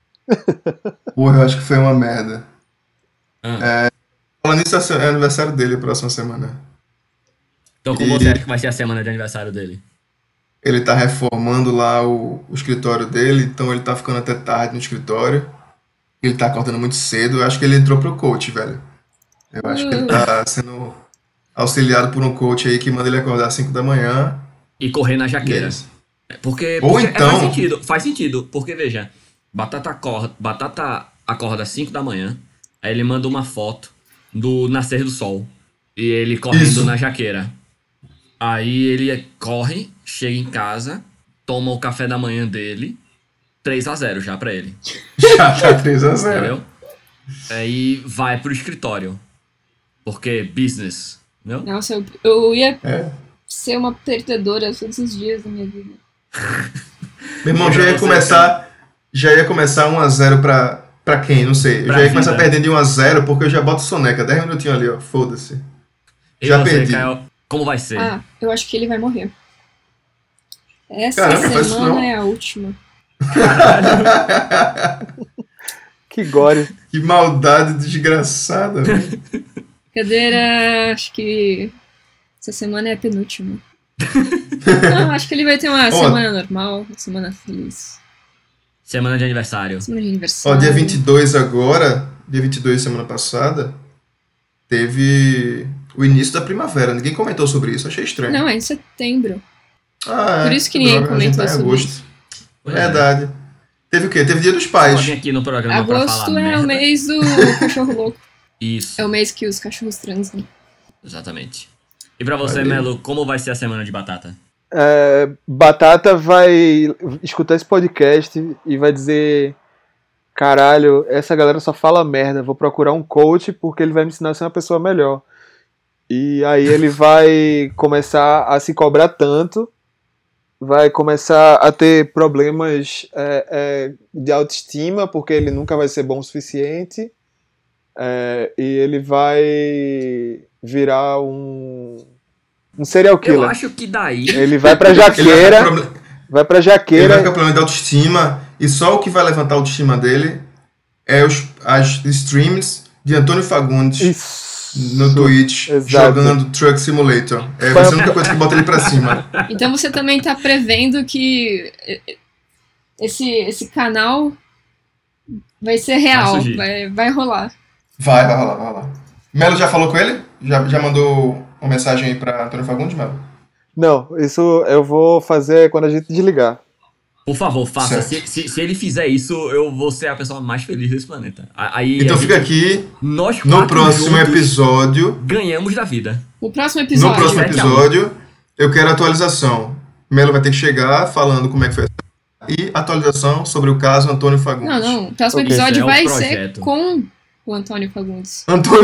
C: Porra, eu acho que foi uma merda.
A: Ah,
C: Falando nisso, é aniversário dele a próxima semana.
A: então como você acha que vai ser a semana de aniversário dele?
C: Ele tá reformando lá o, o escritório dele, então ele tá ficando até tarde no escritório. Ele tá acordando muito cedo. Eu acho que ele entrou pro coach, velho. Eu acho que ele tá sendo auxiliado por um coach aí que manda ele acordar às cinco da manhã.
A: E correr na jaqueira.
C: Yes.
A: Porque,
C: Ou
A: porque é,
C: então-
A: faz sentido, faz sentido. Porque, veja, Batata acorda, Batata acorda às cinco da manhã, aí ele manda uma foto do nascer do sol. E ele correndo
C: Isso.
A: na jaqueira. Aí ele corre, chega em casa, toma o café da manhã dele, três a zero já pra ele.
C: Já tá três a zero.
A: Entendeu? Aí vai pro escritório. Porque business, entendeu?
B: Nossa, eu, eu ia
C: É.
B: ser uma perdedora todos os dias da minha vida.
C: Meu irmão,
A: E
C: já
A: pra
C: ia
A: você,
C: começar. Já ia começar um a zero pra, pra quem? Não sei. Eu
A: Pra
C: já ia começar
A: vida.
C: perdendo de um a zero porque eu já boto soneca. dez minutinhos ali, ó. Foda-se.
A: E
C: Já
A: você,
C: perdi.
A: Caio, como vai ser?
B: Ah, eu acho que ele vai morrer. Essa
C: Caramba, faz isso
B: semana
C: não.
B: é a última.
D: Que gore.
C: Que maldade desgraçada, velho.
B: Cadeira, acho que essa semana é a penúltima. Não, acho que ele vai ter uma
C: Ó.
B: semana normal, uma semana feliz.
A: Semana de aniversário.
B: Semana de
C: Ó,
B: aniversário.
C: dia vinte e dois agora, dia vinte e dois semana passada, teve o início da primavera. Ninguém comentou sobre isso, achei estranho.
B: Não, é em setembro.
C: Ah, é.
B: Por isso que ninguém
C: Droga, a gente
B: comentou
C: tá em
B: sobre
C: agosto.
B: isso.
A: Pois é.
C: Verdade. Teve o quê? Teve dia dos
A: Só
C: pais.
A: vim aqui no programa pra
B: Agosto
A: falar
B: é
A: merda.
B: o mês do cachorro louco.
A: Isso,
B: É o mês que os cachorros transam.
A: exatamente. E pra você,
C: Valeu.
A: Melo, como vai ser a semana de batata?
D: É, Batata vai escutar esse podcast e vai dizer: caralho, essa galera só fala merda, vou procurar um coach porque ele vai me ensinar a ser uma pessoa melhor. E aí ele vai começar a se cobrar tanto, vai começar a ter problemas é, é, de autoestima, porque ele nunca vai ser bom o suficiente, é, e ele vai virar um, um serial killer.
A: Eu acho que daí...
D: Ele vai pra
C: Ele vai
D: jaqueira,
C: ficar proble-
D: vai pra
C: ele vai
D: jaqueira,
C: ficar com problema de autoestima, e só o que vai levantar a autoestima dele é os, as streams de Antônio Fagundes
D: isso,
C: no Twitch,
D: exato.
C: jogando Truck Simulator. É vai ser a única coisa que bota ele pra cima.
B: Então você também tá prevendo que esse, esse canal vai ser real,
A: surgir.
B: vai, vai rolar.
C: Vai, vai rolar, vai rolar. Melo já falou com ele? Já, já mandou uma mensagem aí pra Antônio Fagundes, Melo?
D: Não, isso eu vou fazer quando a gente desligar.
A: Por favor, faça.
C: Certo.
A: Se, se, se ele fizer isso, eu vou ser a pessoa mais feliz desse planeta. A- Aí
C: Então
A: a
C: fica
A: gente-
C: aqui,
A: Nós
C: no
A: quatro
C: próximo
A: juntos
C: episódio,
A: ganhamos da vida.
B: No próximo
C: no
B: episódio.
C: próximo
A: sete a um.
C: episódio, eu quero atualização. Melo vai ter que chegar falando como é que foi essa e atualização sobre o caso Antônio Fagundes.
B: Não, não. O próximo
D: Ok.
B: episódio
A: Esse é o
B: vai
A: projeto.
B: ser com o Antônio Fagundes.
C: Antônio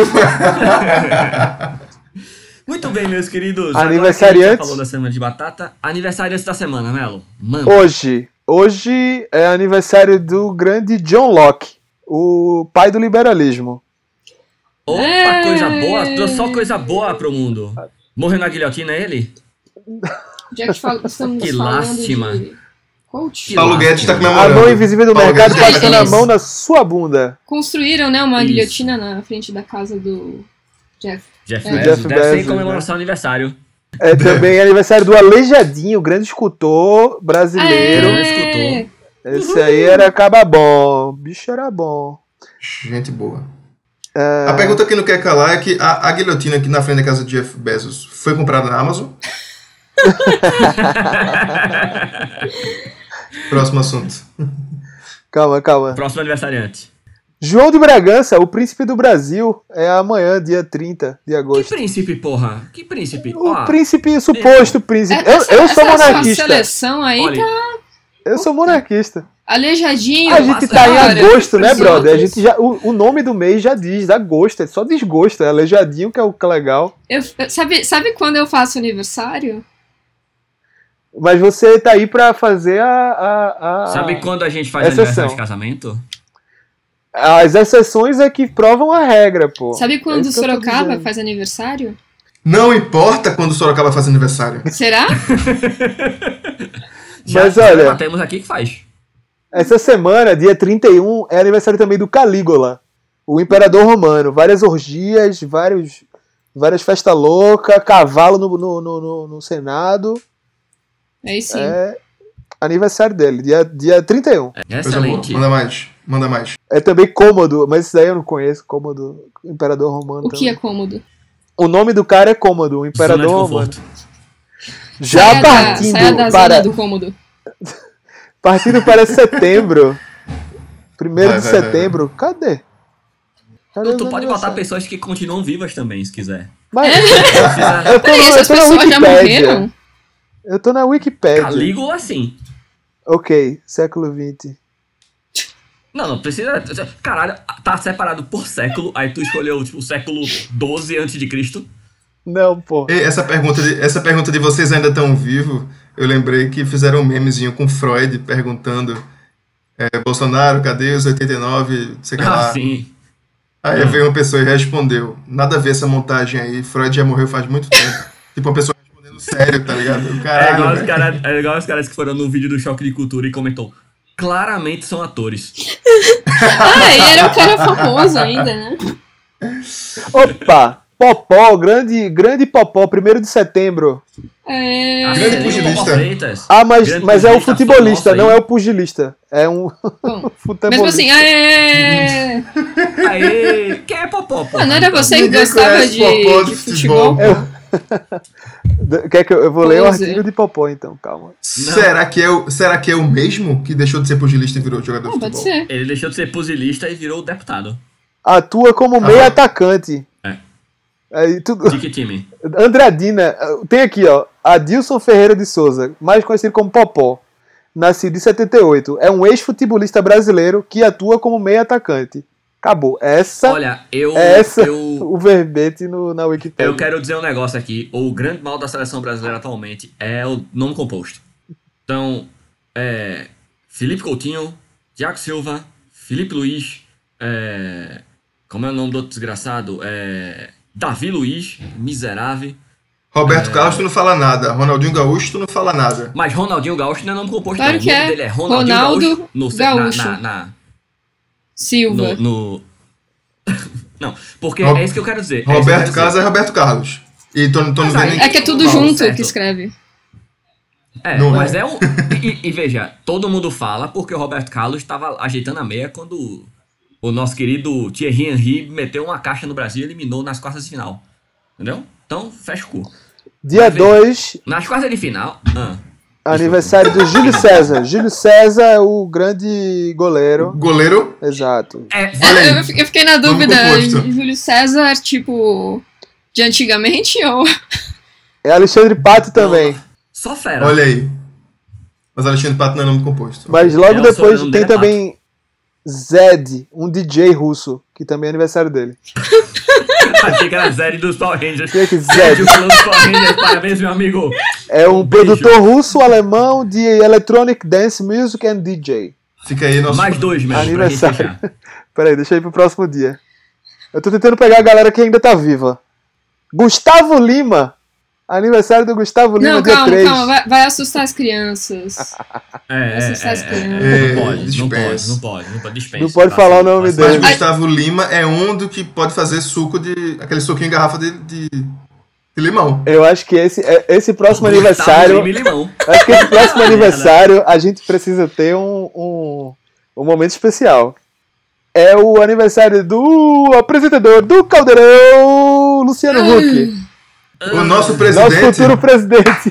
A: Muito bem, meus queridos. Agora que a
D: Aniversariantes.
A: gente já falou da semana de batata. Aniversariantes da semana, Melo. Mano.
D: Hoje, hoje é aniversário do grande John Locke, o pai do liberalismo.
A: Opa,
B: É.
A: coisa boa. Trouxe só coisa boa pro mundo. Morreu na guilhotina, é ele?
B: Já que fal- estamos
A: Que
B: falando
A: lástima.
B: de coach.
A: Que
C: Paulo
A: lástima.
C: Guedes tá
D: A
C: comemorando.
D: mão invisível do
C: Paulo
D: mercado
C: Guedes
D: passando
B: tá
D: a
B: feliz.
D: mão na sua bunda.
B: Construíram, né, uma
A: Isso.
B: guilhotina na frente da casa do Jeff.
A: Jeff
B: É.
A: Bezos.
D: Jeff
A: Deve ser
D: Bezos,
A: em comemoração ao aniversário.
D: É também aniversário do Aleijadinho, grande escultor brasileiro.
A: É.
B: É.
D: Esse aí era caba bom, bicho era bom.
C: Gente boa. A pergunta que não quer calar é que a, a guilhotina aqui na frente da casa de Jeff Bezos foi comprada na Amazon? Próximo assunto.
D: Calma, calma.
A: Próximo aniversariante.
D: João de Bragança, o príncipe do Brasil, é amanhã, dia trinta de
A: Que
D: agosto.
A: príncipe, porra? Que príncipe?
D: O
A: Ó,
D: príncipe, o suposto príncipe. Eu,
B: Essa-
D: eu sou
B: essa sua
D: monarquista.
B: seleção aí
A: olha,
B: tá
D: Eu sou monarquista.
B: aleijadinho.
D: A gente tá em
B: Cara,
D: agosto, né,
B: os
D: brother? A
B: outros.
D: gente já, o, o nome do mês já diz, agosto, é só desgosto, é aleijadinho que é o que é legal.
B: Eu- sabe, sabe quando eu faço aniversário?
D: Mas você tá aí pra fazer a. a, a-
A: sabe quando a gente faz
D: Exceção.
A: aniversário de casamento?
D: As exceções é que provam a regra, pô.
B: Sabe
D: É
B: quando
D: isso que eu tô
B: Sorocaba
D: dizendo.
B: faz aniversário?
C: Não importa quando o Sorocaba faz aniversário.
B: Será?
A: Já,
D: Mas
A: já
D: olha-
A: temos aqui que faz.
D: Essa semana, dia trinta e um, é aniversário também do Calígula, o imperador romano. Várias orgias, vários, várias festas loucas, cavalo no, no, no, no- no Senado.
B: Aí sim.
D: É aniversário dele, dia, dia trinta e um.
C: Coisa boa.
A: Excelente.
C: Manda mais. Manda mais.
D: É também Cômodo, mas isso daí eu não conheço, Cômodo, imperador romano.
B: O que é
D: também.
B: cômodo?
D: O nome do cara é Cômodo, o
A: Zona de
D: imperador romano.
A: conforto.
D: Já
B: saia da,
D: partindo
B: saia da
D: para,
B: zona do cômodo.
D: partindo para setembro, primeiro
C: Vai,
D: de
C: vai, vai,
D: setembro, cadê? Cadê
A: Tu, tu
D: os
A: pode botar
D: aniversários?
A: pessoas que continuam vivas também, se quiser.
D: Mas,
B: É.
D: eu tô,
B: Peraí,
D: no- eu
B: essas
D: tô na
B: pessoas já
D: Wikipédia.
B: morreram?
D: Eu tô na Wikipédia.
A: Calígula, sim.
D: Ok, século vinte.
A: Não, não precisa. Caralho, tá separado por século, aí tu escolheu tipo, o século doze antes de Cristo.
D: Não, pô.
C: E essa pergunta de, essa pergunta de vocês ainda estão vivos, eu lembrei que fizeram um memezinho com Freud perguntando é, Bolsonaro, cadê os oitenta e nove, não sei o que
A: Ah,
C: lá.
A: sim.
C: Aí
A: Hum.
C: veio uma pessoa e respondeu, nada a ver essa montagem aí, Freud já morreu faz muito tempo. Tipo, uma pessoa respondendo sério, tá ligado?
A: É igual,
C: Caralho,
A: os
C: velho.
A: cara, é igual os caras que foram no vídeo do Choque de Cultura e comentou. Claramente são atores.
B: Ah, ele era um cara famoso ainda, né?
D: Opa! Popó, grande, grande Popó, primeiro de setembro.
B: É...
A: Ah,
C: Grande
A: Celino
C: pugilista.
A: Popó Freitas.
D: Ah, mas,
A: Grande
D: mas é o
A: pugilista,
D: futebolista,
A: nossa,
D: não
A: aí.
D: é o pugilista. É um
B: Bom, mas
D: futebolista.
B: assim, é...
A: Aê, quem é Popó, pô?
B: Ah, não era você que
C: Ninguém
B: gostava
C: conhece
B: de,
C: Popó
B: de
C: de
B: futebol?
C: futebol.
D: Eu- Quer que eu, eu vou ler o
B: Pose.
D: artigo de Popó, então, calma.
C: Será que, é o, será que é o mesmo que deixou de ser pugilista e virou jogador
B: Não,
C: de
B: pode
C: futebol?
B: ser.
A: Ele deixou de ser pugilista e virou deputado.
D: Atua como meio
C: Ah.
D: atacante.
A: É.
D: Aí, tudo...
A: De que time?
D: Andradina, tem aqui, ó, Adilson Ferreira de Souza, mais conhecido como Popó. nascido em setenta e oito. É um ex-futebolista brasileiro que atua como meio atacante. Acabou. Essa
A: Olha, eu,
D: é essa
A: eu,
D: o verbete no, na Wikipedia.
A: eu quero dizer um negócio aqui. O grande mal da seleção brasileira atualmente é o nome composto. Então, é, Felipe Coutinho, Thiago Silva, Felipe Luiz, é, como é o nome do outro desgraçado? É, Davi Luiz, miserável.
C: Roberto
A: É.
C: Carlos, tu não fala nada. Ronaldinho Gaúcho, tu não fala nada.
A: Mas Ronaldinho Gaúcho não é nome composto,
B: Claro
A: não.
B: que
A: O nome
B: é.
A: dele é Ronaldinho
B: Ronaldo
A: Gaúcho. No,
B: Gaúcho.
A: Na, na, na,
B: Silva.
A: no, no... Não, porque
C: Rob-
A: é isso que eu quero dizer. é isso que eu
C: Roberto
A: quero
C: Carlos
A: dizer.
C: é Roberto Carlos. E tô, tô não
A: Mas
C: vendo
A: aí-
C: nem
B: É que é tudo
C: mal.
B: junto
A: certo.
B: que escreve.
A: É,
C: Não
A: mas
C: é.
A: é, um. E, e veja, todo mundo fala porque o Roberto Carlos estava ajeitando a meia quando o nosso querido Thierry Henry meteu uma caixa no Brasil e eliminou nas quartas de final. Entendeu? Então, fecha o cu.
D: Dia
A: Mas veja,
D: dois,
A: Nas quartas de final. Ah,
D: aniversário do Júlio César. Júlio César é o grande goleiro.
C: Goleiro,
D: Exato.
A: é,
C: olha aí.
B: Eu, eu fiquei na
C: Nome
B: dúvida,
C: composto.
B: Júlio César, tipo, de antigamente ou...
D: É Alexandre Pato também.
A: só fera.
C: Olha aí. Mas Alexandre Pato não é nome composto.
D: Mas logo
A: É, o
D: depois
A: sobrenome
D: tem
A: dele é
D: também Zed, um D J russo, que também é aniversário dele.
A: Achei que era a série dos Power Rangers.
D: Quem é que
A: Sérgio
D: Zed?
A: falando dos Power Rangers, parabéns, meu amigo.
D: É um
A: Beijo.
D: produtor russo-alemão de electronic dance music and D J.
C: Fica aí nosso...
A: Mais dois, mesmo, pra gente
D: Aniversário.
A: fechar.
D: Peraí, deixa eu ir pro próximo dia. Eu tô tentando pegar a galera que ainda tá viva. Gustavo Lima. Aniversário do Gustavo Lima,
B: Não,
D: dia
B: calma,
D: três.
B: calma, vai, vai assustar as crianças.
A: É, é,
B: Essas
A: é,
B: crianças.
A: é,
C: É,
A: não pode, não
C: dispensa.
A: pode, não pode, não pode, dispensa.
D: Não pode falar o nome
C: Mas
D: dele.
C: Gustavo Lima é um do que pode fazer suco de... Aquele suquinho em garrafa de, de, de limão.
D: Eu acho que esse, é- esse próximo
A: Gustavo
D: aniversário.
A: Lima e Limão.
D: Acho que esse próximo
A: Ah,
D: aniversário a gente precisa ter um, um, um momento especial. É o aniversário do apresentador do Caldeirão, Luciano Huck.
C: O nosso
D: Nosso
C: presidente...
D: futuro presidente.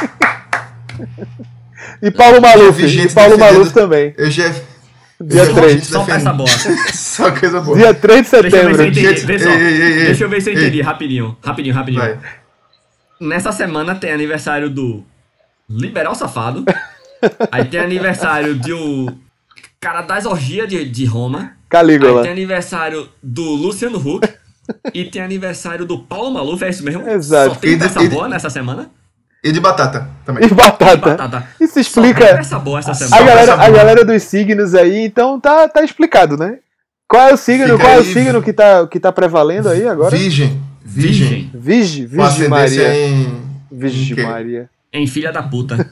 D: E Paulo Maluf.
C: vi gente
D: E Paulo
C: defendendo-
D: Maluf também.
C: Eu já...
D: Dia
C: eu já vi
D: três.
C: gente
A: Só peça boa.
C: Só coisa boa.
D: Dia três de
A: Deixa eu ver se eu
D: setembro.
A: entendi.
C: Gente,
A: Vê só.
C: ei, ei, ei,
A: Deixa eu ver se eu
C: ei.
A: entendi. Rapidinho, rapidinho, rapidinho.
C: Vai.
A: Nessa semana tem aniversário do Liberal Safado. Aí tem aniversário de o cara das orgias de, de Roma. Aí
D: Calígula.
A: tem aniversário do Luciano Huck. E tem aniversário do Paulo Maluf, é isso mesmo?
D: Exato.
A: Só tem
C: E de-
A: peça
C: e de-
A: boa nessa semana?
C: E de batata também.
D: E batata.
A: Batata.
D: Isso
A: Só tem
D: explica
A: peça boa essa
D: a
A: semana.
D: galera,
C: essa
D: a
C: boa.
D: galera dos signos aí, então tá, tá explicado, né? Qual é o signo,
C: Fica
D: qual é o
C: aí.
D: signo que tá, que tá prevalendo aí agora?
C: Virgem. Virgem.
A: Virgem.
D: Vige,
C: Com
D: Vige
C: ascendência
D: Maria.
C: em...
D: Vige
C: em quê?
D: Maria.
A: Em filha da puta.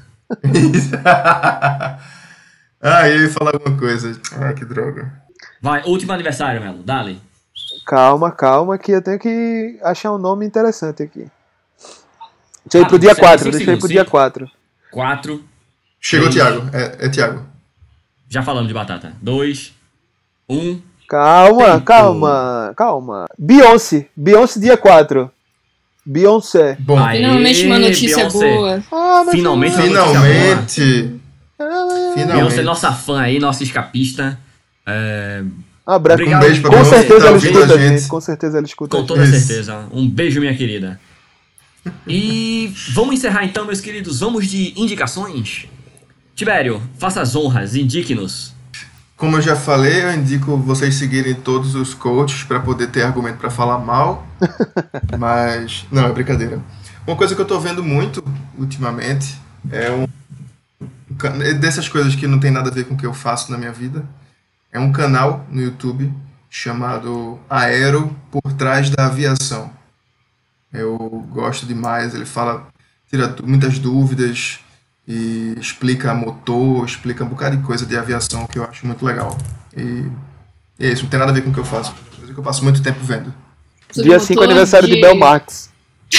C: Ah, eu ia falar alguma coisa. Ah, que droga.
A: Vai, último aniversário, Melo. Dale.
D: Calma, calma, que eu tenho que achar um nome interessante aqui. Deixa eu ir
A: Ah,
D: pro dia
A: você
D: quatro,
A: tem cinco
D: deixa eu ir pro
A: segundos,
D: dia
A: sim?
D: quatro.
A: Quatro.
C: Chegou o
A: Três.
C: Thiago. É, é Thiago.
A: Já falamos de batata. Dois. Um.
D: Calma,
A: Tempo.
D: calma, calma. Beyoncé, Beyoncé dia quatro. Beyoncé.
C: Bom,
A: Aê,
B: Finalmente uma notícia
A: Beyoncé.
B: boa.
D: Ah, mas
A: Finalmente uma notícia boa.
C: finalmente.
A: Beyoncé,
C: Finalmente.
A: nossa fã aí, nossa escapista. É,
D: Um abraço.
A: Obrigado.
C: Um beijo pra
D: Com
C: Beyoncé,
D: certeza
C: tá
D: ela
C: ouvindo
D: escuta
C: a
D: a gente.
C: gente.
D: Com certeza ela escuta a
A: com
D: gente.
A: toda
C: Isso.
A: certeza. Um beijo, minha querida. E vamos encerrar então, meus queridos. Vamos de indicações. Tibério, faça as honras, indique-nos.
C: Como eu já falei, eu indico vocês seguirem todos os coaches para poder ter argumento para falar mal. Mas, não, é brincadeira. Uma coisa que eu tô vendo muito ultimamente é um um can- é dessas coisas que não tem nada a ver com o que eu faço na minha vida. É um canal no YouTube chamado Aero por Trás da Aviação. Eu gosto demais, ele fala, tira tu- muitas dúvidas e explica motor, explica um bocado de coisa de aviação que eu acho muito legal. E, e é isso, não tem nada a ver com o que eu faço. É uma coisa que eu passo muito tempo vendo.
B: Sobre
D: Dia
B: motor
D: cinco, aniversário de Bel Marx.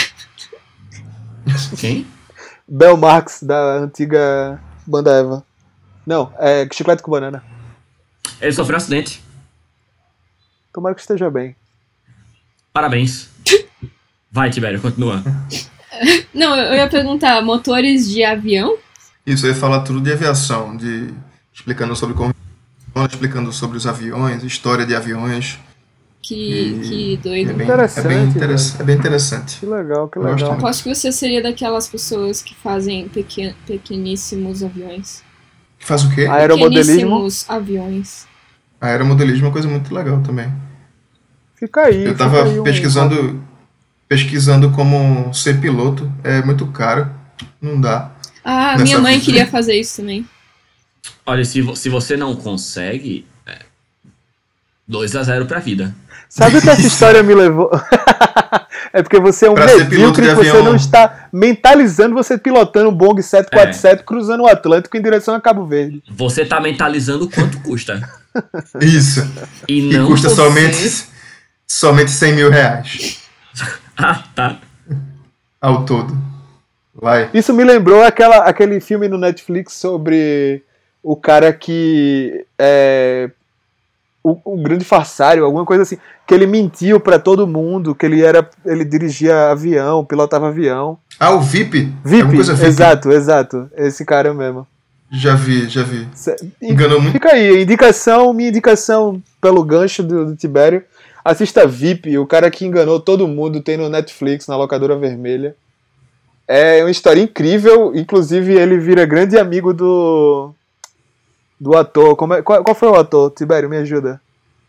A: Quem?
D: Bel Marx, da antiga banda Eva. Não, é Chiclete com Banana.
A: Ele sofreu um acidente.
D: Tomara que esteja bem.
A: Parabéns. Vai, Tibério, continua.
B: Não, eu ia perguntar, motores de avião?
C: Isso, eu ia falar tudo de aviação, de explicando sobre como explicando sobre os aviões, história de aviões.
B: Que,
C: E-
B: que
C: É
B: doido.
C: bem,
D: Interessante,
C: é bem, interess- é bem interessante.
D: Que legal, que
C: Eu gosto
D: legal.
C: muito.
B: Aposto que você seria daquelas pessoas que fazem pequen- pequeníssimos aviões.
C: Que faz o quê?
D: Aeromodelismo.
B: Pequeníssimos aviões.
C: Aeromodelismo é uma coisa muito legal também.
D: Fica aí.
C: Eu
D: fica
C: tava
D: aí um-
C: pesquisando, pesquisando como ser piloto. É muito caro. Não dá.
B: Ah,
C: Nessa
B: minha mãe
C: vida.
B: queria fazer isso também.
A: Olha, se, vo- se você não consegue, é dois a zero pra vida.
D: Sabe o que essa história me levou? É porque você é um
C: Pra ser piloto
D: medíocre
C: de
D: e você
C: avião.
D: não está mentalizando você pilotando um Boeing sete quatro sete cruzando o Atlântico em direção a Cabo Verde.
A: Você tá mentalizando quanto custa.
C: Isso.
A: E
C: E
A: não
C: custa
A: você-
C: somente, somente cem mil reais
A: Ah, tá.
C: ao todo. Vai.
D: Isso me lembrou aquela, aquele filme no Netflix sobre o cara que é o, o grande farsário, alguma coisa assim, que ele mentiu pra todo mundo, que ele era, ele dirigia avião, pilotava avião.
C: Ah, o V I P?
D: V I
C: É uma
D: P,
C: coisa V I P.
D: exato, exato, esse cara mesmo.
C: Já vi, já vi.
D: Cê-
C: Enganou muito.
D: Fica aí, indicação, minha indicação pelo gancho do, do Tibério. Assista V I P, o cara que enganou todo mundo, tem no Netflix, na locadora vermelha. É uma história incrível, inclusive ele vira grande amigo do do ator. Como é- qual, qual foi o ator? Tibério, me ajuda.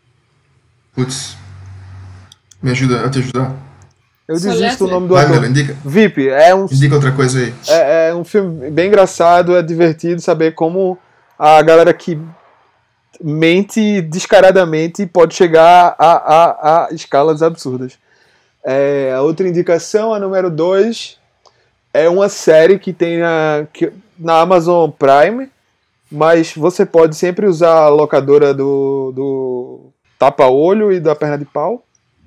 C: Putz. Me ajuda a te ajudar.
D: Eu
B: Só
D: desisto o
B: letra.
D: nome do
C: Vai,
D: ator.
C: Melo, indica.
D: V I P, é um,
C: Indica outra coisa aí.
D: é, é um filme bem engraçado, é divertido saber como a galera que mente descaradamente pode chegar a, a, a escalas absurdas. É, a outra indicação, a número dois, é uma série que tem na, que, na Amazon Prime, mas você pode sempre usar a locadora do, do tapa-olho e da perna de pau.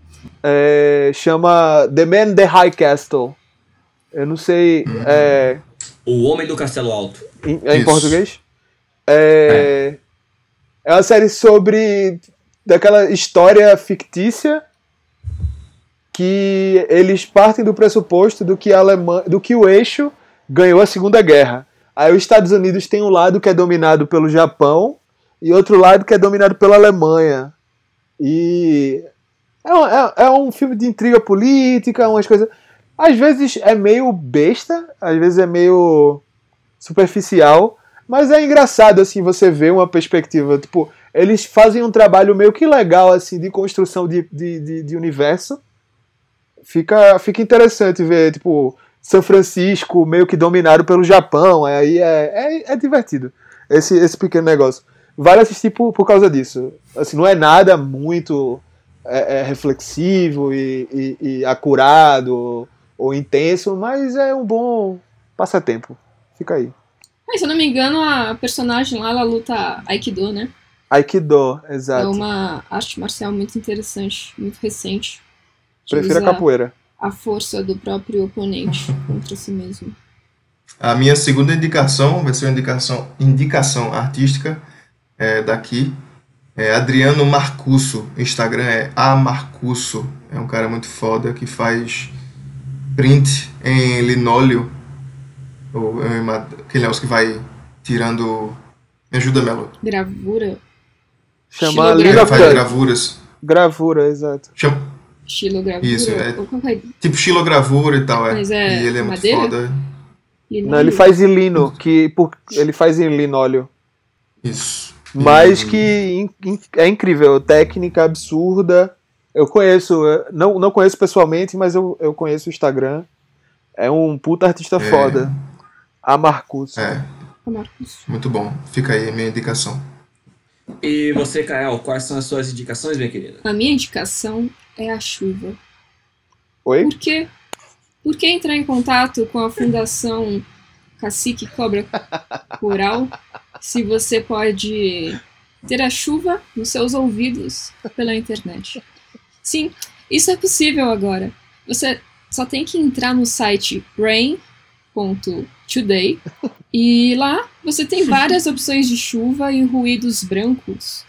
D: É, chama The Man in the High Castle. Eu não sei. É,
A: O Homem do Castelo Alto.
D: em, é em
C: Isso.
D: português? É, é uma série sobre daquela história fictícia que eles partem do pressuposto do que a Alemanha, do que o eixo ganhou a Segunda Guerra. Aí os Estados Unidos tem um lado que é dominado pelo Japão e outro lado que é dominado pela Alemanha. E é um, é- é um filme de intriga política, umas coisas. Às vezes é meio besta, às vezes é meio superficial, mas é engraçado assim você ver uma perspectiva. Tipo, eles fazem um trabalho meio que legal assim de construção de, de, de, de universo. Fica, fica interessante ver, tipo, São Francisco meio que dominado pelo Japão. Aí é, é, é divertido esse, esse pequeno negócio. Vale assistir por, por causa disso. Assim, não é nada muito é, é reflexivo e, e, e acurado ou intenso, mas é um bom passatempo. Fica aí.
B: Ah, se eu não me engano, a personagem lá, ela luta Aikido, né?
D: Aikido,
B: É
D: exato.
B: uma arte marcial muito interessante, muito recente. que
D: Prefiro a
B: usa
D: capoeira.
B: a força do próprio oponente contra si mesmo.
C: A minha segunda indicação vai ser uma indicação, indicação artística é, daqui. É Adriano Marcusso. O Instagram é amarcusso. É um cara muito foda que faz print em linóleo. Ou é uma- aquele negócio que vai tirando. Me ajuda, Melo.
B: Gravura,
D: Chama
B: Estilogravura.
C: Ele
D: Lina
C: faz
D: Cut.
C: gravuras.
D: Gravura, exato.
C: Chama,
B: estilogravura,
C: Isso, é.
B: ou qualquer
C: tipo xilogravura e tal, é.
B: Mas é
C: E ele é muito
B: madeira?
C: foda.
D: Não, ele faz em lino, que por, ele faz em linóleo.
C: Isso.
D: Mas
C: E-
D: que in- in- é incrível, técnica absurda. Eu conheço, eu não, não conheço pessoalmente, mas eu, eu conheço o Instagram. É um puta artista foda. A Marcus.
C: É,
B: Marcos.
C: muito bom. Fica aí a minha indicação.
A: E você, Kael, quais são as suas indicações, minha querida?
B: A minha indicação é a chuva.
D: Oi?
B: Por quê? Por que entrar em contato com a Fundação Cacique Cobra Coral se você pode ter a chuva nos seus ouvidos pela internet? Sim, isso é possível agora. Você só tem que entrar no site rain ponto today e lá você tem várias opções de chuva e ruídos brancos.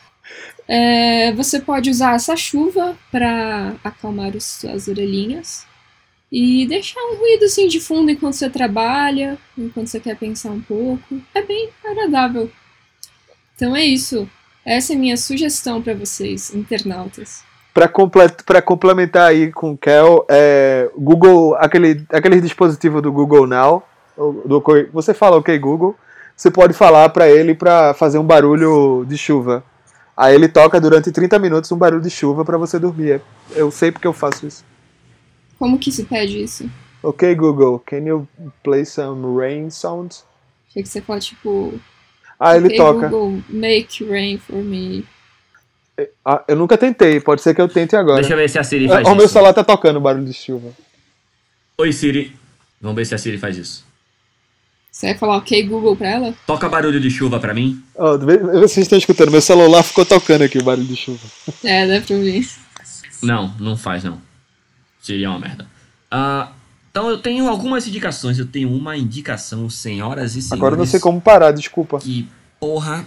B: É, você pode usar essa chuva para acalmar as suas orelhinhas e deixar um ruído assim de fundo enquanto você trabalha, enquanto você quer pensar um pouco. É bem agradável. Então é isso. Essa é a minha sugestão para vocês, internautas.
D: Para comple- pra complementar aí com o Kel, é, Google, aquele, aquele dispositivo do Google Now, o- do, co- você fala ok Google, você pode falar pra ele pra fazer um barulho de chuva. Aí ele toca durante trinta minutos um barulho de chuva pra você dormir. Eu sei porque eu faço isso.
B: Como que se pede isso?
D: Ok, Google, can you play some rain sounds?
B: Achei que você fala, tipo...
D: Ah, ele
B: "Okay,
D: toca.
B: Google, make rain for me."
D: Ah, eu nunca tentei, pode ser que eu tente agora.
A: Deixa eu ver se a Siri
D: Ah,
A: faz
D: o meu
A: isso.
D: celular tá tocando barulho de chuva.
A: Oi, Siri. Vamos ver se a Siri faz isso.
B: Você vai falar ok, Google, pra ela?
A: Toca barulho de chuva pra mim.
D: Oh, vocês estão escutando, meu celular ficou tocando aqui o barulho de chuva.
B: É, dá pra ouvir.
A: Não, não faz não. Seria uma merda. Ah, então eu tenho algumas indicações. Eu tenho uma indicação, senhoras e senhores.
D: Agora eu não sei como parar, desculpa.
A: Que porra.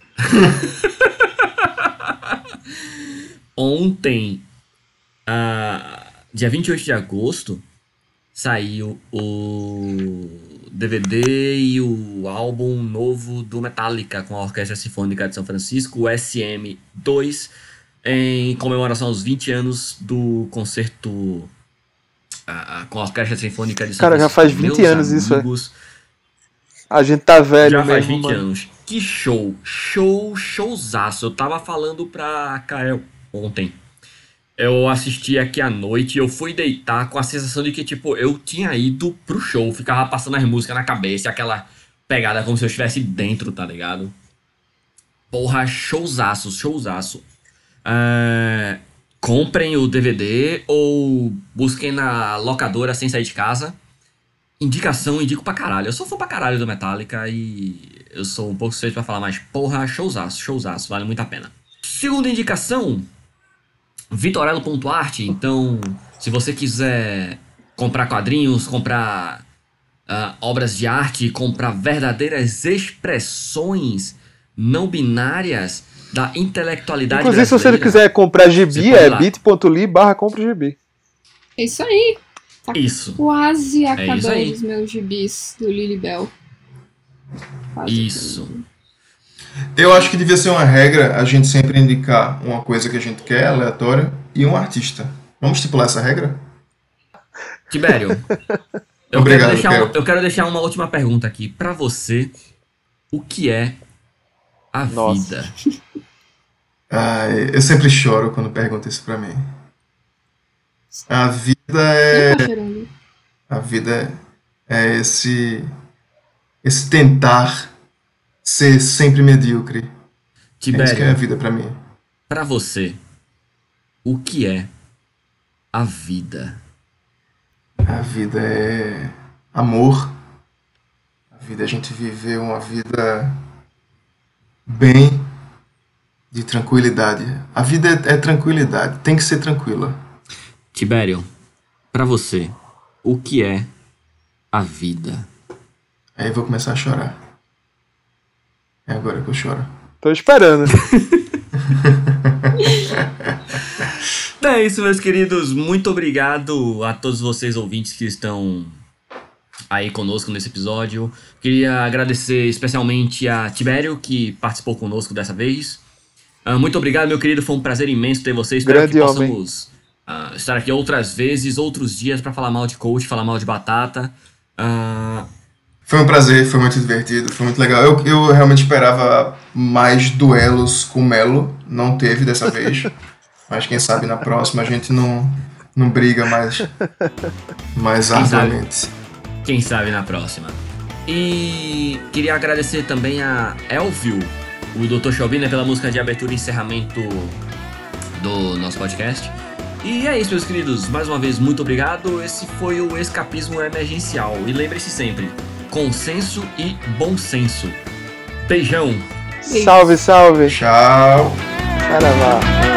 A: Ontem, ah, dia vinte e oito de agosto, saiu o D V D e o álbum novo do Metallica com a Orquestra Sinfônica de São Francisco, o S M dois, em comemoração aos vinte anos do concerto ah, com a Orquestra Sinfônica de São
D: Cara, já
A: Francisco.
D: faz vinte
A: Meus
D: anos isso, é.
A: amigos,
D: A gente tá velho
A: já faz
D: mesmo,
A: vinte
D: mano.
A: anos. Que show, show, showzaço. Eu tava falando pra Kael ontem. Eu assisti aqui à noite e eu fui deitar com a sensação de que, tipo, eu tinha ido pro show. Ficava passando as músicas na cabeça, aquela pegada como se eu estivesse dentro, tá ligado? Porra, showzaço, showzaço. É, comprem o D V D ou busquem na locadora sem sair de casa. Indicação, indico pra caralho. Eu sou fã pra caralho do Metallica e eu sou um pouco suspeito pra falar, mas porra, showzaço, showzaço, vale muito a pena. Segunda indicação, Vitorello ponto art. Então, se você quiser comprar quadrinhos, comprar uh, obras de arte, comprar verdadeiras expressões não binárias da intelectualidade
D: Inclusive, se você
A: brasileira,
D: quiser comprar
A: Você
D: gibi,
A: pode
D: é
A: ir lá.
D: bit.ly barra compra gibi.
B: É isso aí. Tá
A: Isso,
B: quase
A: isso
B: acabando
A: aí.
B: os meus gibis do Lilibel. Quase
A: isso.
B: acabando.
C: Eu acho que devia ser uma regra a gente sempre indicar uma coisa que a gente quer, aleatória, e um artista. Vamos estipular essa regra?
A: Tibério, eu,
C: Obrigado,
A: quero deixar
C: Kel.
A: um- eu quero deixar uma última pergunta aqui. Pra você, o que é a
D: Nossa.
A: vida?
C: Ai, eu sempre choro quando perguntam isso pra mim. A vida é...
B: Não tá chorando.
C: A vida é, é esse, esse tentar ser sempre medíocre. É isso que é a
A: Tibério,
C: vida pra mim.
A: pra você, o que é a vida?
C: A vida é amor. A vida é a gente viver uma vida bem, de tranquilidade. A vida é, é tranquilidade, tem que ser tranquila.
A: Tibério, pra você, o que é a vida?
C: Aí eu vou começar a chorar. É agora que eu choro.
D: Tô esperando.
A: Então é isso, meus queridos. Muito obrigado a todos vocês ouvintes que estão aí conosco nesse episódio. Queria agradecer especialmente a Tibério, que participou conosco dessa vez. Ah, muito obrigado, meu querido. Foi um prazer imenso ter você. Espero
D: Grande
A: que
D: homem.
A: possamos ah, estar aqui outras vezes, outros dias pra falar mal de coach, falar mal de batata. Ah,
C: Foi um prazer, foi muito divertido, foi muito legal. Eu, eu realmente esperava mais duelos com o Melo, não teve dessa vez. Mas quem sabe na próxima a gente não, não briga mais, mais
A: Quem sabe?
C: arduamente.
A: Quem sabe na próxima. E queria agradecer também a Elvio, o doutor Chaubina, pela música de abertura e encerramento do nosso podcast. E é isso, meus queridos. Mais uma vez, muito obrigado. Esse foi o Escapismo Emergencial. E lembre-se sempre, consenso e bom senso. Beijão.
D: Salve, salve.
C: Tchau!
D: Saravá.